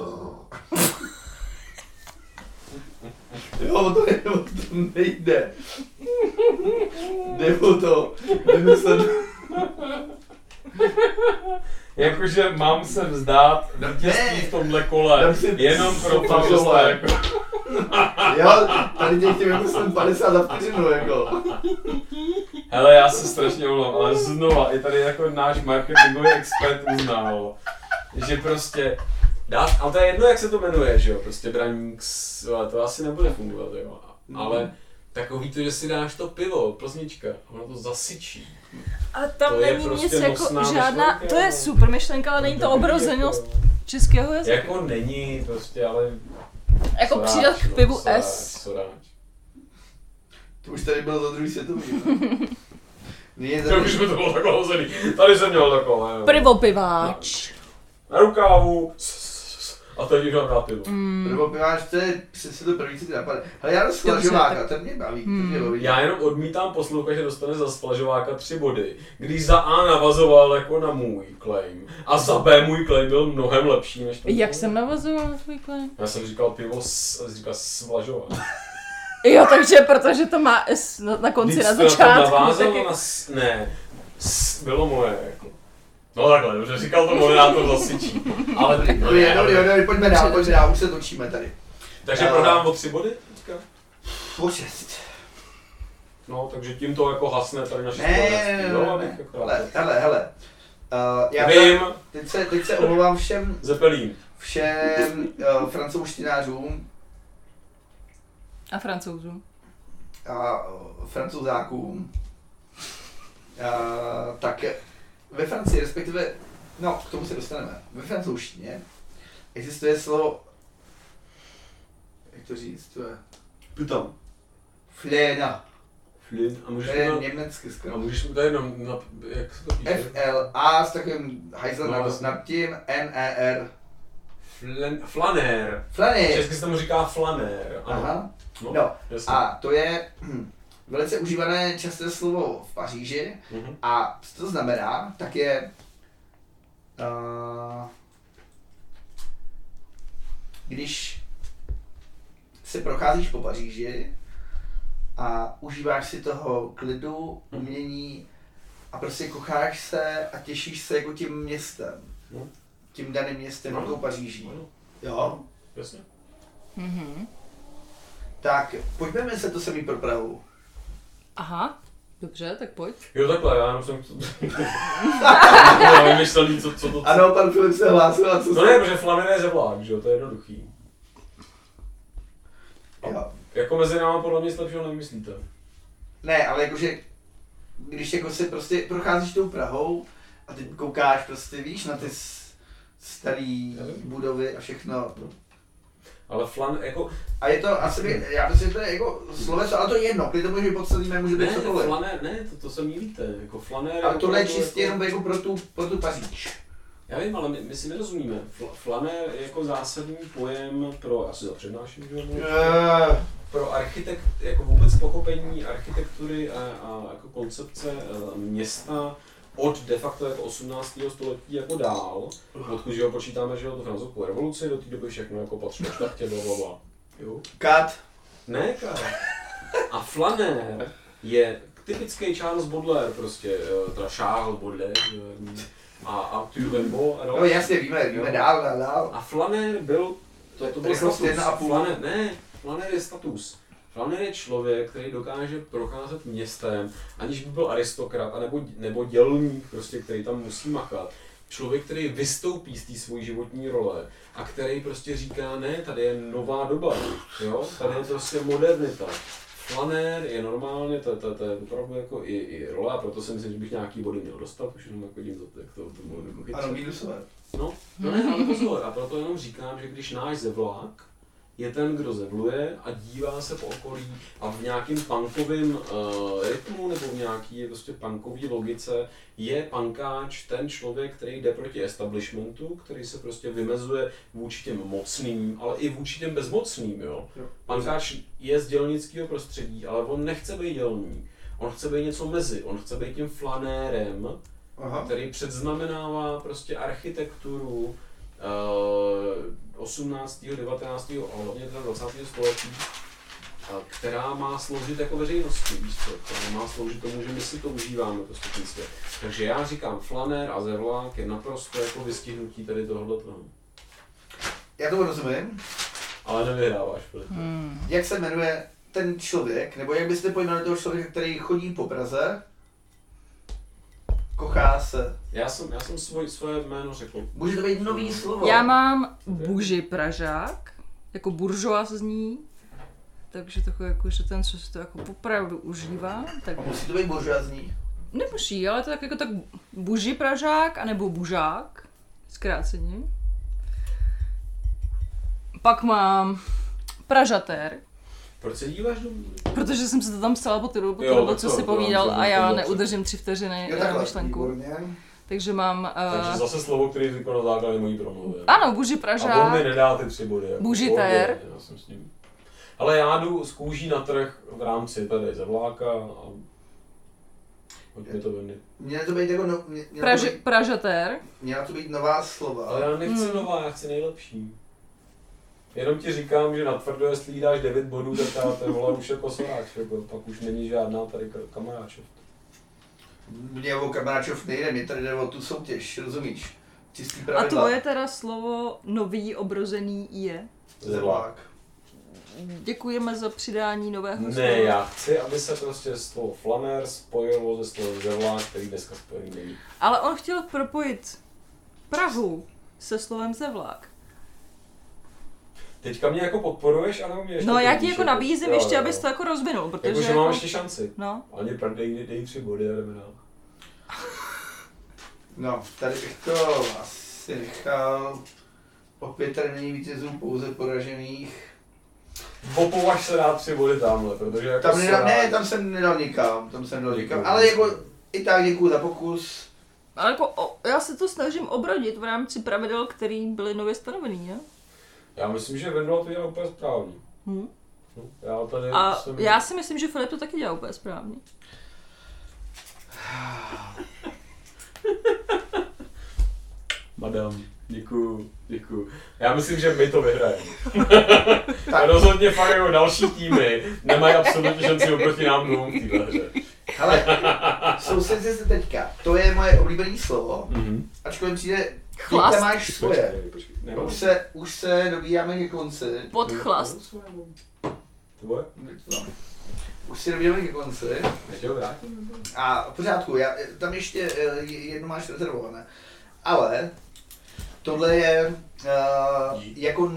Jo, to nejde. Jde o to vymyslet. Jakože mám se vzdát vítězství v tomhle kole, jenom proto, že jste jako... Jo, tady tě chtěl vymyslet 50 za vteřinu, jako. Hele, já se strašně omlouvám, ale znova, i tady jako náš marketingový expert uznal, že prostě ale to je jedno, jak se to jmenuje, že jo, prostě braník, to asi nebude fungovat, jo, ale takový to, že si dáš to pivo, plznička, ono to zasyčí. A tam To je není prostě nic jako žádná, myšlenka, to je super myšlenka, ale není to obrozenost českého jazyka. Jako není prostě, ale... Jako Soráč, přidat k pivu no, S. Soráč. To už tady bylo za druhý světový. To už by to bylo takhle hozený. Tady jsem měl takhle. Prvopiváč. Na rukávu. A teď už mám dát pivo. Prvopiváč, to je přesně to první, co ti napadne. Hele, já jdu splažováka, ten mě baví, ten mě baví. Já jenom odmítám poslouchat, že dostane za splažováka 3 body, když za A navazoval jako na můj claim a za B můj claim byl mnohem lepší než ten. Jak jsem navazoval na tvůj claim? Já jsem říkal pivo, říkal splažovák. Jo, takže protože to má S na konci, na začátku. Navázalo na ne, bylo moje jako. No takhle, dobře, říkal to moderátor zasyčí. Ale Dobrý, pojďme dál, už se točíme tady. Takže prodám o 3 body teďka? O 6. No, takže tím to jako hasne tady naše Ne, hele. Já vím. Teď se omlouvám všem Zeppelin. francouzštinářům A Francouzům. a francouzákům. Tak ve Francii, respektive, no, k tomu se dostaneme. Ve francouzštině existuje slovo, jak to říct, to je Putain. fléna. Flin. A To můžeš je mi německy skoro. a můžeš mi to jenom jak se to píše? FLA s takovým hajzlem No, nad tím, NER. Flanér. Flanér. Česky se tomu říká flanér. Ano. Aha. No, No, jasně. a to je velice užívané časté slovo v Paříži. A co to znamená, tak je když se procházíš po Paříži a užíváš si toho klidu, umění a prostě kocháš se a těšíš se jako tím městem. Tím daným městem, jako tou Paříží. Jo? Jasně. Tak, pojďme se to samý pro Prahu. Aha, dobře, tak pojď. Jo takhle, já jenom jsem vymyšlený, co to... Ano, pan Filip se hlásil a co No ne, protože flanér je zevlák, že jo, to je jednoduchý. Jo. Jako mezi náma podle mě nic lepšího nevymyslíte. Ne, ale jakože, když jako se prostě procházíš tou Prahou a teď koukáš prostě, víš, na ty starý budovy a všechno. Ale flan, jako... A je to asi, já myslím, že to je jako sloveso, ale to je jedno, klidně to může být podstatný, může být cokoliv. Flanér, ne, to se mýlíte, jako flanér... Ale tohle je čistě jenom jako pro tu Paříž. Já vím, ale my si nerozumíme. Flanér je jako zásadní pojem pro, asi to přednáším, že pro jako vůbec pochopení architektury a jako koncepce města od de facto jako 18. století jako dál, odkud že ho počítáme, že ho tu francouzskou revoluci, do té doby všechno jako patřilo šlachtě, blablabla. Jo? Kat. Ne, kat. A flanér je typický Charles Baudelaire prostě, teda Charles Baudelaire a Arthur Rimbaud a No jasně, víme dál. A flanér byl, to byl status. Flanér je status. Flanér je člověk, který dokáže procházet městem, aniž by byl aristokrat, nebo dělník, prostě, který tam musí makat. Člověk, který vystoupí z té svojí životní role a který prostě říká, ne, tady je nová doba, jo? Tady je prostě modernita. Flanér je normálně, to je opravdu jako i role, a proto si myslím, že bych nějaký body měl dostat, už jenom jako tím, jak to bylo jako chytře. Ano, minusové. No ne, ale pozor, a proto jenom říkám, že když náš zevlák je ten, kdo zevluje a dívá se po okolí a v nějakým punkovým rytmu nebo v nějaký prostě punkový logice je punkáč ten člověk, který jde proti establishmentu, který se prostě vymezuje vůči těm mocným, ale i vůči těm bezmocným, jo. Punkáč je z dělnického prostředí, ale on nechce být dělník. On chce být něco mezi, on chce být tím flanérem, který předznamenává prostě architekturu 18., 19., ale hlavně 20. století, která má sloužit jako veřejnosti, víš co, která má sloužit tomu, že my si to užíváme prostě ten svět. Takže já říkám, flanér a zevlák je naprosto jako vystihnutí tady tohoto. Já to rozumím. Ale nevyhráváš, Filipe. Jak se jmenuje ten člověk, nebo jak byste pojmenovali toho člověka, který chodí po Praze, kochá se? Já jsem svoje jméno řekl. Může to být nový slovo. Já mám buži pražák, jako buržoazní, takže takový jako, že ten, co si to jako opravdu užívá. Tak... A musí to být buržoazní? Nemusí, ale to tak jako tak buži pražák, anebo bužák, zkráceně. Pak mám pražatér. Proč se díváš do mě? Protože jsem se to tam psala po tu dobu, co si povídal a já neudržím 3 vteřiny myšlenku. Takže mám... Takže zase slovo, který říkal na základě mojí promluvy. Ano, buži pražák. A on mi nedá ty 3 body. Jako bužitér. Já jsem s ním. Ale já jdu z kůží na trh v rámci tady zevláka a... Pojď mi to vendy. Měla to být jako... Pražatér. Měla to být nová slova. Ale já nechci nová, já chci nejlepší. Jenom ti říkám, že natvrdo, jestli jí dáš 9 bodů, tak já ten vole už jako soráč, jako, pak už není žádná tady kamaráčov. Mně o kamaráčov nejde, mě tady jde o tu soutěž, rozumíš? Čistý pravidla. A tvoje teda slovo nový obrozený je? Zevlák. Děkujeme za přidání nového slova. Ne, já chci, aby se prostě slovo flanér spojilo se slovem zevlák, který dneska spojený není. Ale on chtěl propojit Prahu se slovem zevlák. Teďka mě jako podporuješ, anebo mě ještě... No já ti jako nabízím ještě, abys to jako rozvinul, protože... Jakože jako... mám ještě šanci. No. Ani dej 3 body a jdeme dál. No, tady bych to asi nechal. Opět tady není vítězů, pouze poražených. Opovaž se dát 3 body tamhle, protože jako tam nedal, ne, tam jsem nedal nikam, ale jako i tak děkuju za pokus. Ale jako já se to snažím obrodit v rámci pravidel, který byly nově stanovený, ne? Já myslím, že Vendela to dělá úplně správně. No, já si myslím, že Filip to taky dělá úplně správně. Madam, děkuju. Já myslím, že my to vyhrajeme. Rozhodně fakt jako další týmy nemají absolutně šanci oproti nám dvou v téhle hře. Hele, soustředte se teďka, to je moje oblíbené slovo, ačkoliv přijde, teďka máš svoje. Už se dobíjáme ke konci. Podchlast. Tvoje? No. Už si dobíjáme ke konci. Já vrátím. A v pořádku, tam ještě jedno máš rezervované. Ale tohle je jako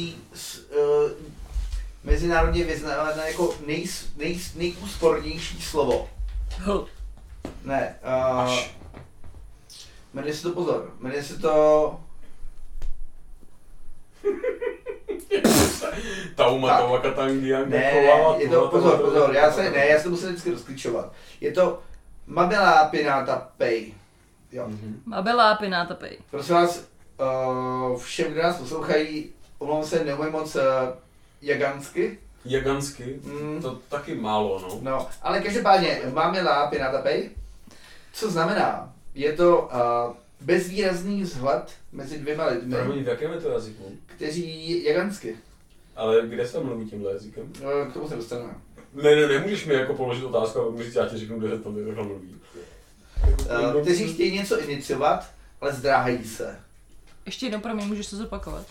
mezinárodně vyznávané jako nejúspornější slovo. Ne. Jmenuje se to pozor. Jmenuje se to... Taumatova Katangian. Ne, je to pozor. Já se to musím vždycky rozklíčovat. Je to Mabela Pinata Pay. Jo. Mabela Pinata Pay. Prosím vás, všem, kdo nás poslouchají, omlouvám se, neumím moc jagansky. Jagansky? To taky málo, no. No, ale každopádně Mabela Pinata Pay, co znamená, je to bezvýrazný vzhled mezi dvěma lidmi. Promiň, v jakém je to jazyku? Kteří jagansky. Ale kde se mluví tímhle jazykem? K tomu se dostaneme. Ne, nemůžeš mi jako položit otázku a říct, já ti řeknu, kde se to mluví. Kteří chtějí něco iniciovat, ale zdráhají se. Ještě jednou pro mě, můžeš to zopakovat.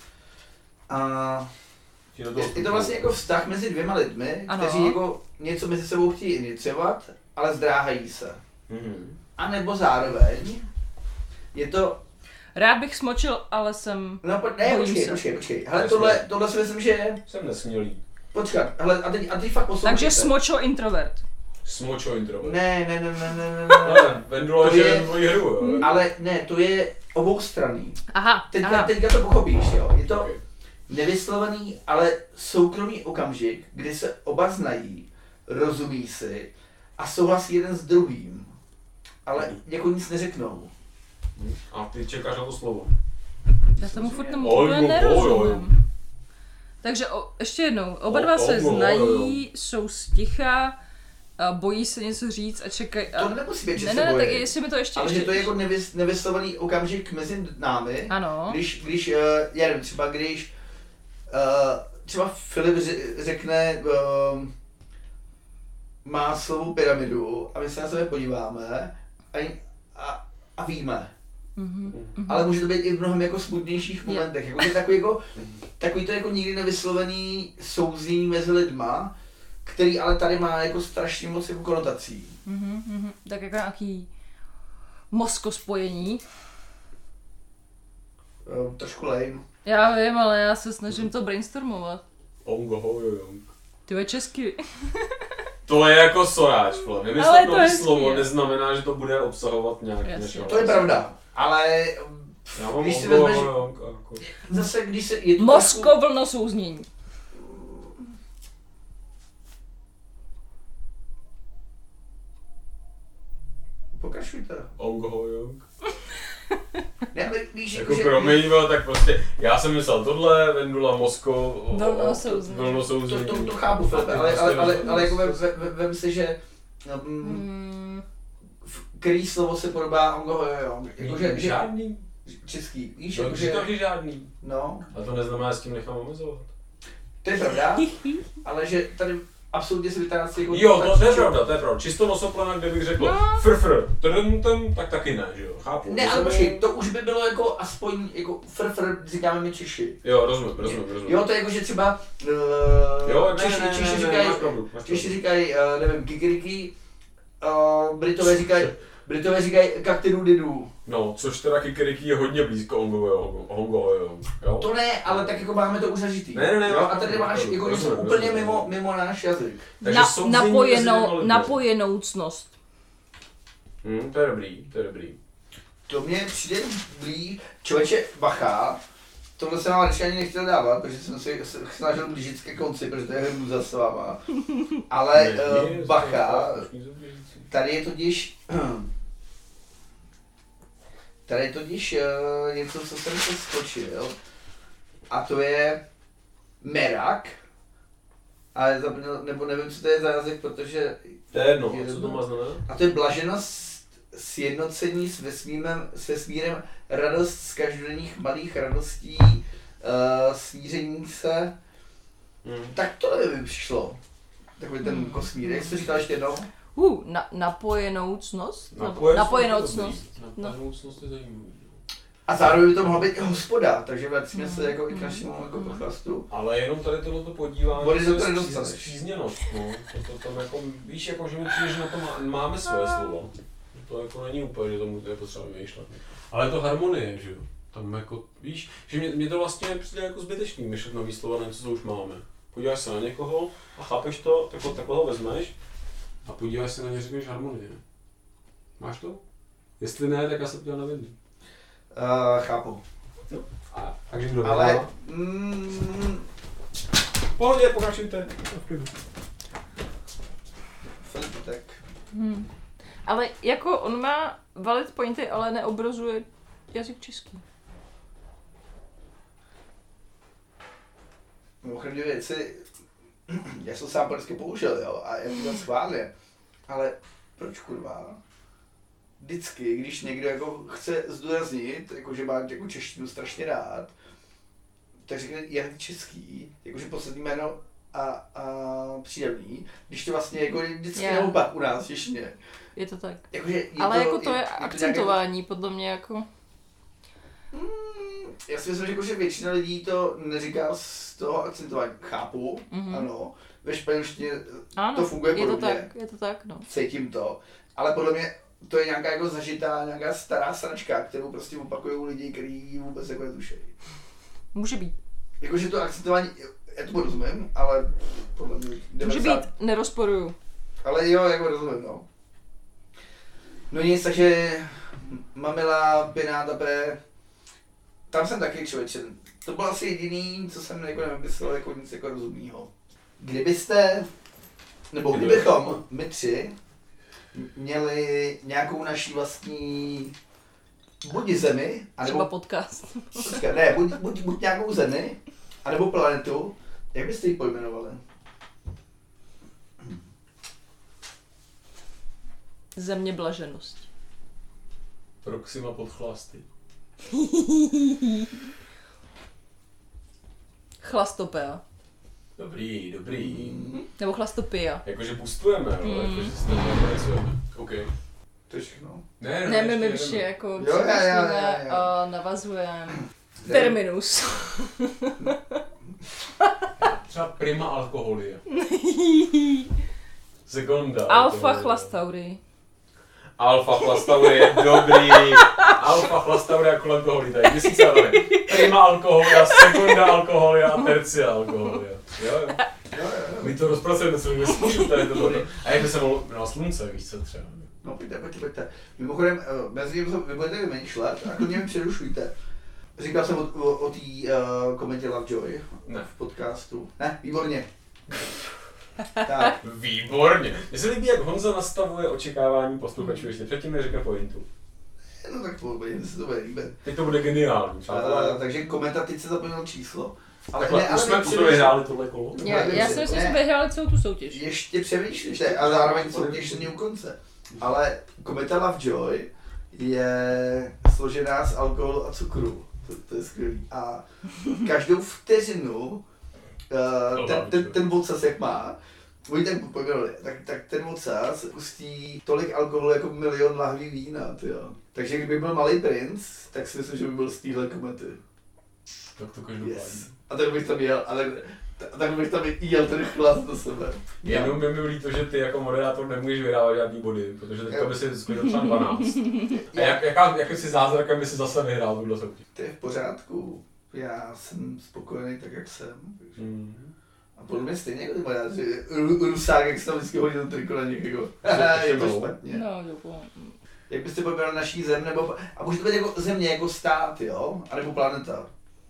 Je to vlastně jako vztah mezi dvěma lidmi, kteří jako něco mezi sebou chtějí iniciovat, ale zdráhají se. A nebo zároveň je to... Rád bych smočil, ale jsem... No ne, počkej. Hele, tohle si myslím, že je... Jsem nesmělý. Počkat, hele, a teď fakt poslouchejte. Takže smočo introvert. Smočo introvert. Ne. Vendula je tvoji hru, jo? Ale ne, to je oboustranný. Aha. Teďka to pochopíš, jo. nevyslovený, ale soukromý okamžik, kdy se oba znají, rozumí si a souhlasí jeden s druhým, ale jako nic neřeknou. A ty čekáš na to slovo. Já tomu furt tomu úplně nerozumím. Takže ještě jednou, oba dva se znají, jsou sticha, bojí se něco říct a čekají. To nemusí být, že se bojí. bojí. Tak jestli mi to ještě... Ale že to je jako nevyslovený okamžik mezi námi. Ano. Když já nevím, třeba Filip řekne, má slovo pyramidu a my se na sebe podíváme a víme. Mm-hmm. Ale může to být i v mnohem jako smutnějších momentech. Jako, takový to jako nikdy nevyslovený souznění mezi lidma, který ale tady má jako strašně moc jako konotací. Mm-hmm. Tak jako nějaký mozkospojení. Trošku lame. Já vím, ale já se snažím to brainstormovat. Ongohojong. Ty je česky. To je jako soráč, vymyslet nový slovo neznamená, že to bude obsahovat nějaký nešel. To je pravda, ale když si vezmeš, zase když se... Mozkovlno souznění. Pokračujte. Ongohojong. Ne, víš, jako promiň, tak prostě, já jsem myslel tohle, Vendula, Mosko, Vlno souznění. To chápu, Filipe, ale jako vem si, že který slovo se podobá Ongohojong. Jako, žádný. Český, víš? No, říkám, že žádný. No. A to neznamená, že s tím nechám omezovat. To je pravda, ale že tady absolutně se vytáhne jako... Jo, to je pravda. Čisto nosoplena, kde bych řekl frfr, tak taky ne, že jo, chápu. Ne, ale počkej, to už by bylo jako aspoň jako frfr, říkáme my Češi. Jo, rozumím. Jo, to je jako, že třeba Češi říkají, nevím, kikiriki, Britové říkají kaktidu didu. No, což teda kikiriki je hodně blízko Ongohojong, jo? To ne, ale tak jako máme to už zažitý. Ne, jo? A tady máš jako něco úplně mimo náš jazyk. Napojenoucnost. To je dobrý. To mě přijde blíž. Člověče, bacha, tohle jsem vám radši ani nechtěl dávat, protože jsem si snažil blížit ke konci, protože to je hruza s váma. Ale bacha, tady je totiž něco, co jsem se skočil, a to je merak, ale nebo nevím, co to je za jazyk, protože... To je jedno, co to má znamenat? A to je blaženost, sjednocení s vesmírem, radost z každodenních malých radostí, smíření se. Tak to nevím, přišlo. Takový ten kosmír, jak jsi to říkal ještě jednou? Napojenoucnost je zajímavý. A zároveň by to mohla být i hospoda, takže vracíme se jako i k našemu jako podchlastu. Ale jenom tady tohleto podívání se zpřízněnost, no. To tam jako, víš, jako, že mi přijde, že na to máme svoje slovo. To jako není úplně, že tomu to je potřeba vymýšlet. Ale je to harmonie, že jo. Tam jako, víš, že mě to vlastně přijde jako zbytečný myšlet nový slova na něco, co už máme. Podíváš se na někoho a chápeš to, takhle ho vezmeš a podíváš se na ně, řekneš harmonie. Máš to? Jestli ne, tak já se podívám na Vendu. Chápu. No. Takže kdo ale pohodě, pokračujte. Filipitek. Ale jako on má valid pointy, ale neobrazuje jazyk český. Mimochodem dvě věci, já jsem sám polsky použil, jo, a já to schválně, ale proč kurva? Vždycky, když někdo jako chce zdůraznit, jako že má jako češtinu strašně rád, tak řekne jen český, jakože poslední jméno a příjemný, když to vlastně jako vždycky naopak u nás ještě. Je to tak. Jakože ale to, jako to je akcentování, podle mě jako... Já si myslím, že většina lidí to neříká z toho akcentování. Chápu, ano, ve španělštině to funguje podobně. Je to tak, no. Cítím to, ale podle mě to je nějaká jako zažitá, nějaká stará sračka, kterou prostě opakují lidi, kteří vůbec jako netušejí. Může být. Jakože to akcentování, já to rozumím, ale podle mě... 90... Může být, nerozporuju. Ale jo, jako rozumím, no. No nic, takže Mamila, Pináta P. Tam jsem taky člověče, To bylo asi jediný, co jsem jako nemyslel jako nic jako rozumného. Kdybyste, nebo kdybychom, my tři, měli nějakou naší vlastní buď zemi, anebo... Třeba podcast. Ne, buď nějakou zemi, anebo planetu, jak byste ji pojmenovali? Země blaženosti. Proxima Podchlasty. Chlastopea. Dobrý. Nebo chlastopia. Jakože boostujeme, jo? Jakože si tam nepracujeme. OK. To je všechno. Ne, my ještě jako přemýšlíme a navazujeme. Terminus. Třeba prima alkoholia. Seconda. Alfa chlastaury. Alfa chlastaury, dobrý. Alfa chlastaury kolem alkoholy, tady měsíce dali. Prima alkoholia, sekunda alkoholia a tercia alkoholia. Jo. My to rozpracujeme celý měsíc, tady to. A jak by se mohlo na slunce, víš co třeba. No pojďte. Mimochodem, mezi tím vy budete vymýšlet a klidně mi přerušujte. Říkal jsem o té komentě Lovejoy v podcastu. Ne, výborně. Tak. Výborně. Mně se líbí, jak Honza nastavuje očekávání posluchačů, ještě předtím neřekne pointu. No tak pojďme, se to bude líbit. Teď to bude geniální. Takže komentar, teď se zapomněl číslo. Ale ne, už jsme vyhráli tohle kolo. Já si myslím, že jsme vyhráli celou tu soutěž. Ještě přemýšlíte a zároveň soutěž není u konce. Ale kometa Lovejoy je složená z alkoholu a cukru. To je skvělý. A každou vteřinu ten vocas, jak má, oni ten pojmenovali, tak ten vocas pustí tolik alkoholu jako 1 000 000 lahví vína, tyjo. Takže kdyby byl Malý princ, tak si myslím, že by byl z téhle komety. Tak to každopádně. Yes. A tak bych tam jel, tak bych tam jel ten chlast do sebe. Jenom by mi líto, že ty jako moderátor nemůžeš vyhrávat žádný body, protože teďka by si skončil třeba 12. A jakým si zázrakem by si zase vyhrál tuhle soutěž? To je v pořádku. Já jsem spokojený tak, jak jsem. Takže... A podle mě stejně jako ty moderátoři, Rusák, jak se tam vždycky hodí ten triko na někoho. Je to špatně. No, děkuji. Jak byste pojmenovali naší zem, nebo... A může to být jako země, jako stát, jo? A nebo planeta.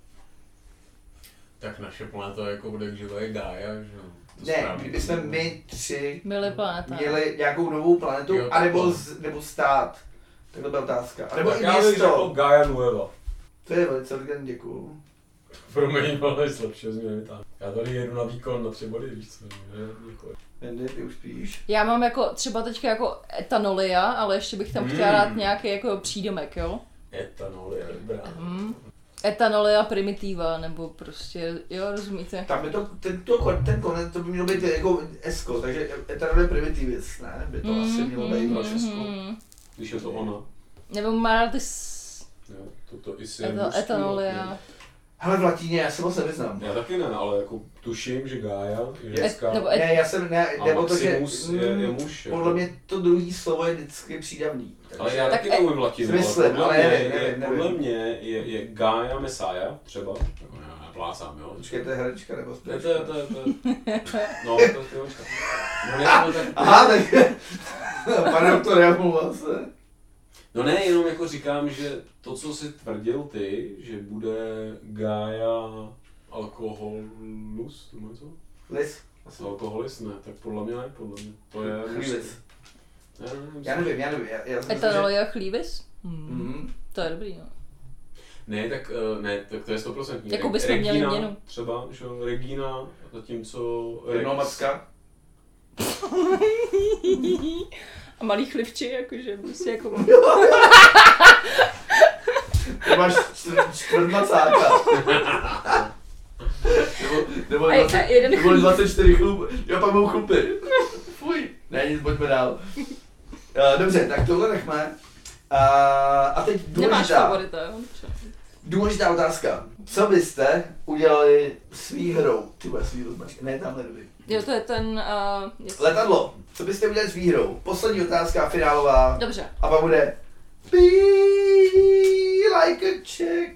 Tak naše planeta jako bude živé Gaia, že jo? Ne, kdybychom my tři měli nějakou novou planetu, jo, nebo stát. Tak to byla otázka. A nebo tak i já bych řekl Gaia Nueva. To je velice elegantní, děkuju. Promiň, ale nic lepšího z mě nevytáhnu. Já tady jedu na výkon na 3 body, víš co? Děkuji. Jendy, ty už spíš. Já mám jako třeba teďka jako etanolia, ale ještě bych tam chtěla dát nějaký jako přídomek, jo? Etanolia, dobrá. Etanolia primitiva, nebo prostě, jo, rozumíte? Tam je to, ten konec, to by mělo být jako esko, takže etanolia primitivis, ne? By to asi mělo být pro esko. Když je to ona. Nebo má ty jo, toto isi etanolia. Hele, v latině, já se moc nevyznám. Já taky ne, ale jako tuším, že Gaia je ženská. Ne, já jsem, ne, nebo to, že je muž. Podle mě to druhý slovo je vždycky přídavný. Ale já taky neumím latinu, myslím, ale podle mě je Gaia Messiah, třeba. Jako já plásám, jo. Počkej, to je herečka nebo zpěvačka? No, to je zpěvačka. Aha, tak pane doktor, já mluvám se. No ne, jenom jako říkám, že to, co jsi tvrdil ty, že bude Gaia alkoholus, nebo co? Lis. Alkoholis, ne, tak podle mě ne, podle mě. To je chlívis. Já nevím. Etanolia chlívis? To je dobrý, no. Ne, tak to je 100%. Jako bychom měli měnu. Třeba, že Regina, zatímco Macka. A malý chlivči, jakože prostě jako... Ty máš čtvrtmacáka. Nebo 24 chlup. Jo, pak mám chlupy. Fuj. Ne, nic, pojďme dál. Dobře, tak tohle nechme. A teď důležitá otázka. Co byste udělali s výhrou? Ty bude s výhrou, ne, tamhle dobrý. Jo, to je ten... Letadlo. Co byste udělali s výhrou? Poslední otázka, finálová. Dobře. A pak bude... Be like a chick.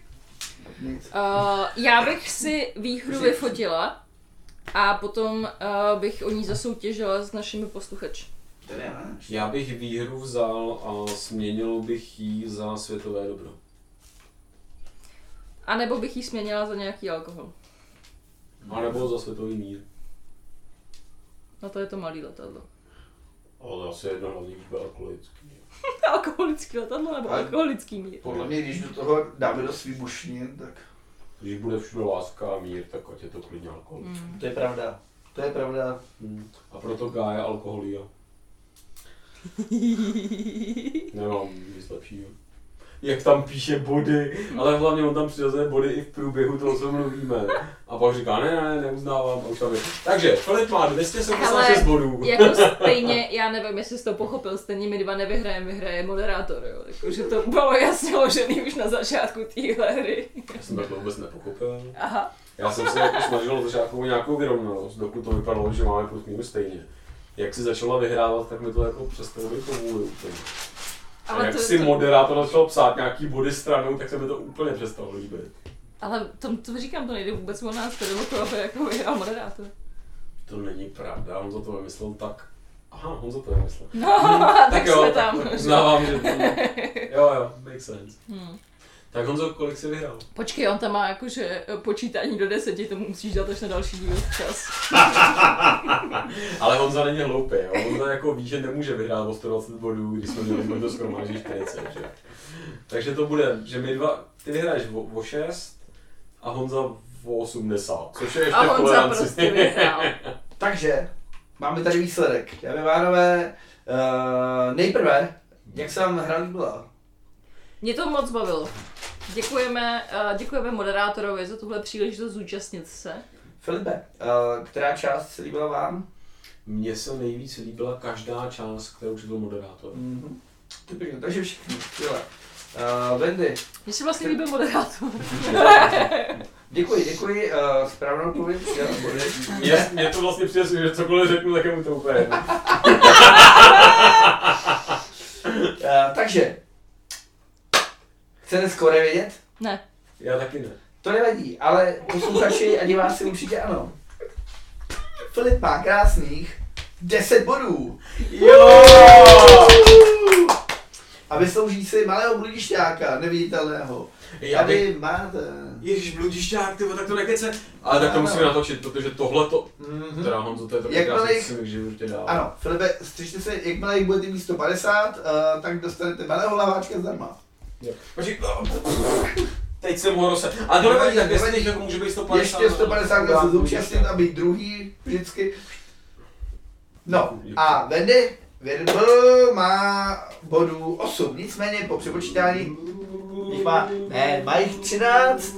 Já bych si výhru vyfotila a potom bych o ní zasoutěžila s našimi posluchači. Já bych výhru vzal a směnil bych ji za světové dobro. A nebo bych jí směnila za nějaký alkohol. A nebo za světový mír. No to je to malý letadlo. Ale asi jedno hlavně už bude alkoholický. Alkoholický letadlo nebo alkoholický mír? Podle mě, když do toho dáme dost výbušnin, tak... Když bude všude láska a mír, tak ať je to klidně alkohol. To je pravda. To je pravda. A proto Gaia alkoholia. Nemám nic lepšího. Jak tam píše body, ale hlavně on tam přizazuje body i v průběhu toho, co mluvíme. A pak říká, ne, neuznávám. A už tam je. Takže Filip má 276 bodů. Jako stejně, já nevím, jestli jsi to pochopil, stejně my dva nevyhrajeme, vyhraje moderátor, jo. Takže to bylo jasně ložený už na začátku téhle hry. Já jsem to vůbec nepochopil. Aha. Já jsem se jako snažil na začátku nějakou vyrovnanost, dokud to vypadalo, že máme plus minus stejně. Jak si začala vyhrávat, tak mi to jako přestalo být povůli úplně. A jak si moderátor začal psát nějaký body stranou, tak se mi to úplně přestalo líbit. Ale to říkám, to nejde vůbec o nás, to jde o to, aby jako vyhrál moderátor. To není pravda, on za to vymyslel tak. Aha, on za to vymyslel. No, tak jo, jsme tam. Uznávám, že to... Jo, makes sense. Tak Honzo, kolik jsi vyhrál? Počkej, on tam má jakože počítání do 10, tomu musíš dát až na další díl čas. Ale Honza není hloupý, jo? Honza jako ví, že nemůže vyhrát o 120 bodů, když jsme měli to skromážit 40, že? Takže to bude, že my dva, ty vyhraješ o 6 a Honza o 80, což je ještě v toleranci. A Honza prostě vyhrál. Takže, máme tady výsledek. Dámy a pánové, nejprve, jak se vám hra líbila? Mě to moc bavilo. Děkujeme moderátorovi za tuhle příležitost zúčastnit se. Filipe, která část se líbila vám? Mně se nejvíc líbila každá část, kterou četl moderátor. Typicky, takže všichni, skvěle. Wendy. Mně se vlastně líbil moderátor. Děkuji, správnou odpověď. Mě to vlastně přijde, že cokoliv řeknu, tak je mu to úplně jedno. Takže, chcete skoro vědět? Ne. Já taky ne. To nevadí, ale posluchači a diváci určitě ano. Filip má krásných 10 bodů. Jo! A vyslouží si malého bludišťáka, neviditelného. Tady máte. Ježiš, bludišťák, tyvo, tak to nekece. Ale tak to musíme natočit, protože tohleto, teda Honzo, to je taky krásný, co si mi v životě dál. Ano, Filipe, střižte se, jakmile jich budete mít 150, tak dostanete malého laváčka zdarma. Počkej, teď jsem ho rozsad. A to nevadí, tak jestli jako může být 150. Ještě 150, kdo se zúčastnit a být druhý vždycky. No a Wendy má bodů 8, nicméně po přepočítání jich má jich 13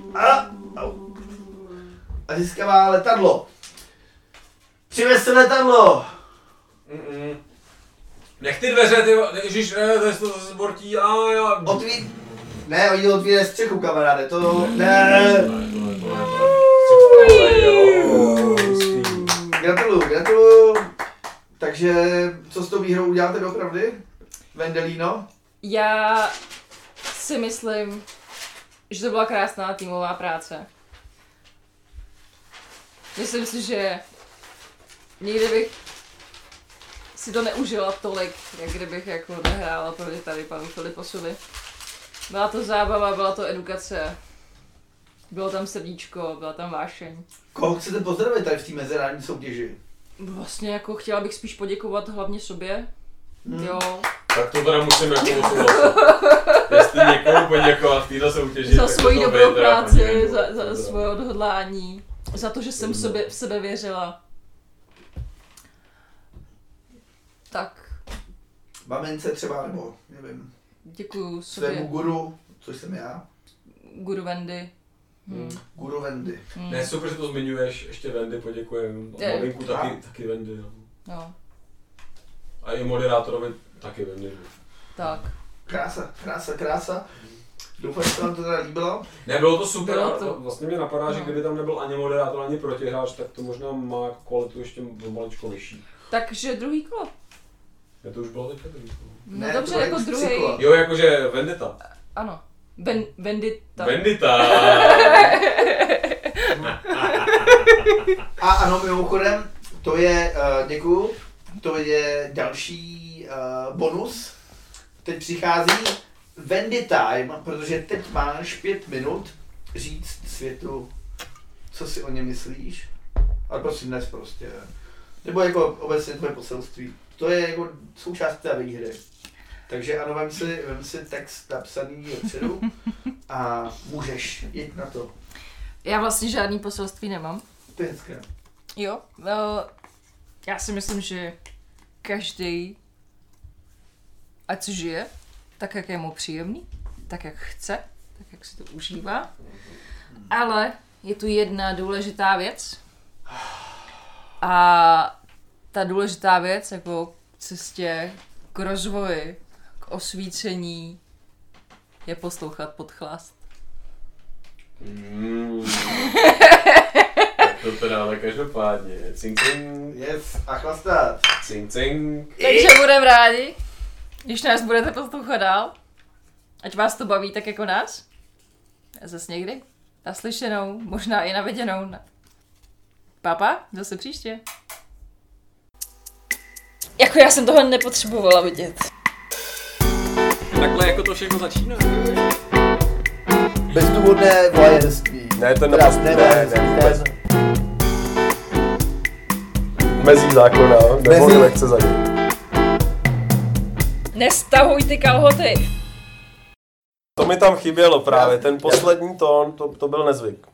a získává letadlo. Přivezte letadlo! Nech ty dveře, ty, ježiš, to zbortí, a já... Ne, oni otvírají střechu, kamaráde, to ne. Gratuluju. Takže, co s tou výhrou uděláte doopravdy? Vendelino? Já si myslím, že to byla krásná týmová práce. Myslím si, že nikdy bych si to neužila tolik, jak kdybych jako nehrála proti tady panu Filiposovi. Byla to zábava, byla to edukace, bylo tam srdíčko, byla tam vášeň. Koho chcete pozdravit tady v té mezinárodní soutěži? Vlastně jako chtěla bych spíš poděkovat hlavně sobě. Jo. Tak to teda musím jako souhlasit. Jestli někomu poděkovat v této soutěži, za svoji dobrou práci, za svoje odhodlání, za to, že jsem v sebe věřila. Tak. Mamince třeba, nebo nevím. Děkuju sobě. Svému guru, což jsem já. Guru Wendy. Guru Wendy. Ne, super, že to zmiňuješ, ještě Wendy poděkujem. Malinku taky Wendy. Jo. A i moderátorovi taky Wendy. Tak. Krása. Doufám, že se vám to teda líbilo. Ne, bylo to super, bylo to... vlastně mě napadá, že kdyby tam nebyl ani moderátor, ani protihráč, tak to možná má kvalitu ještě maličko vyšší. Takže druhý kolo. Ne, to už bylo teďka druhý kolo. No ne, dobře, jako druhý. Jo, jakože Vendetta. Ano. Vendita. Vendita. A ano, mimochodem, to je, děkuju, to je další bonus. Teď přichází Wendy Time, protože teď máš 5 minut říct světu, co si o něm myslíš, ale prosím dnes prostě. Nebo jako obecně tvoje poselství. To je jako součást té výhry. Takže ano, vem si text napsaný dopředu a můžeš jít na to. Já vlastně žádný poselství nemám. To je hezké. Jo, já si myslím, že každý, ať si žije, tak jak je mu příjemný, tak jak chce, tak jak si to užívá. Ale je tu jedna důležitá věc. A ta důležitá věc, jako k cestě, k rozvoji, k osvícení, je poslouchat Podchlast. To teda ale každopádně. Cink, cink. Yes, a chlastat. Cink, cink. Takže budeme rádi, když nás budete poslouchat dál. Ať vás to baví tak jako nás. A zase někdy. Naslyšenou, možná i naviděnou. Papa, zase příště. Jako já jsem toho nepotřebovala vidět. Takhle jako to všechno začíná. Bezdůvodné voajerství. Ne, to ne. Mezí zákona, nebo lehce za ním. Nestahuj ty kalhoty. To mi tam chybělo právě, ten poslední tón, to byl nezvyk.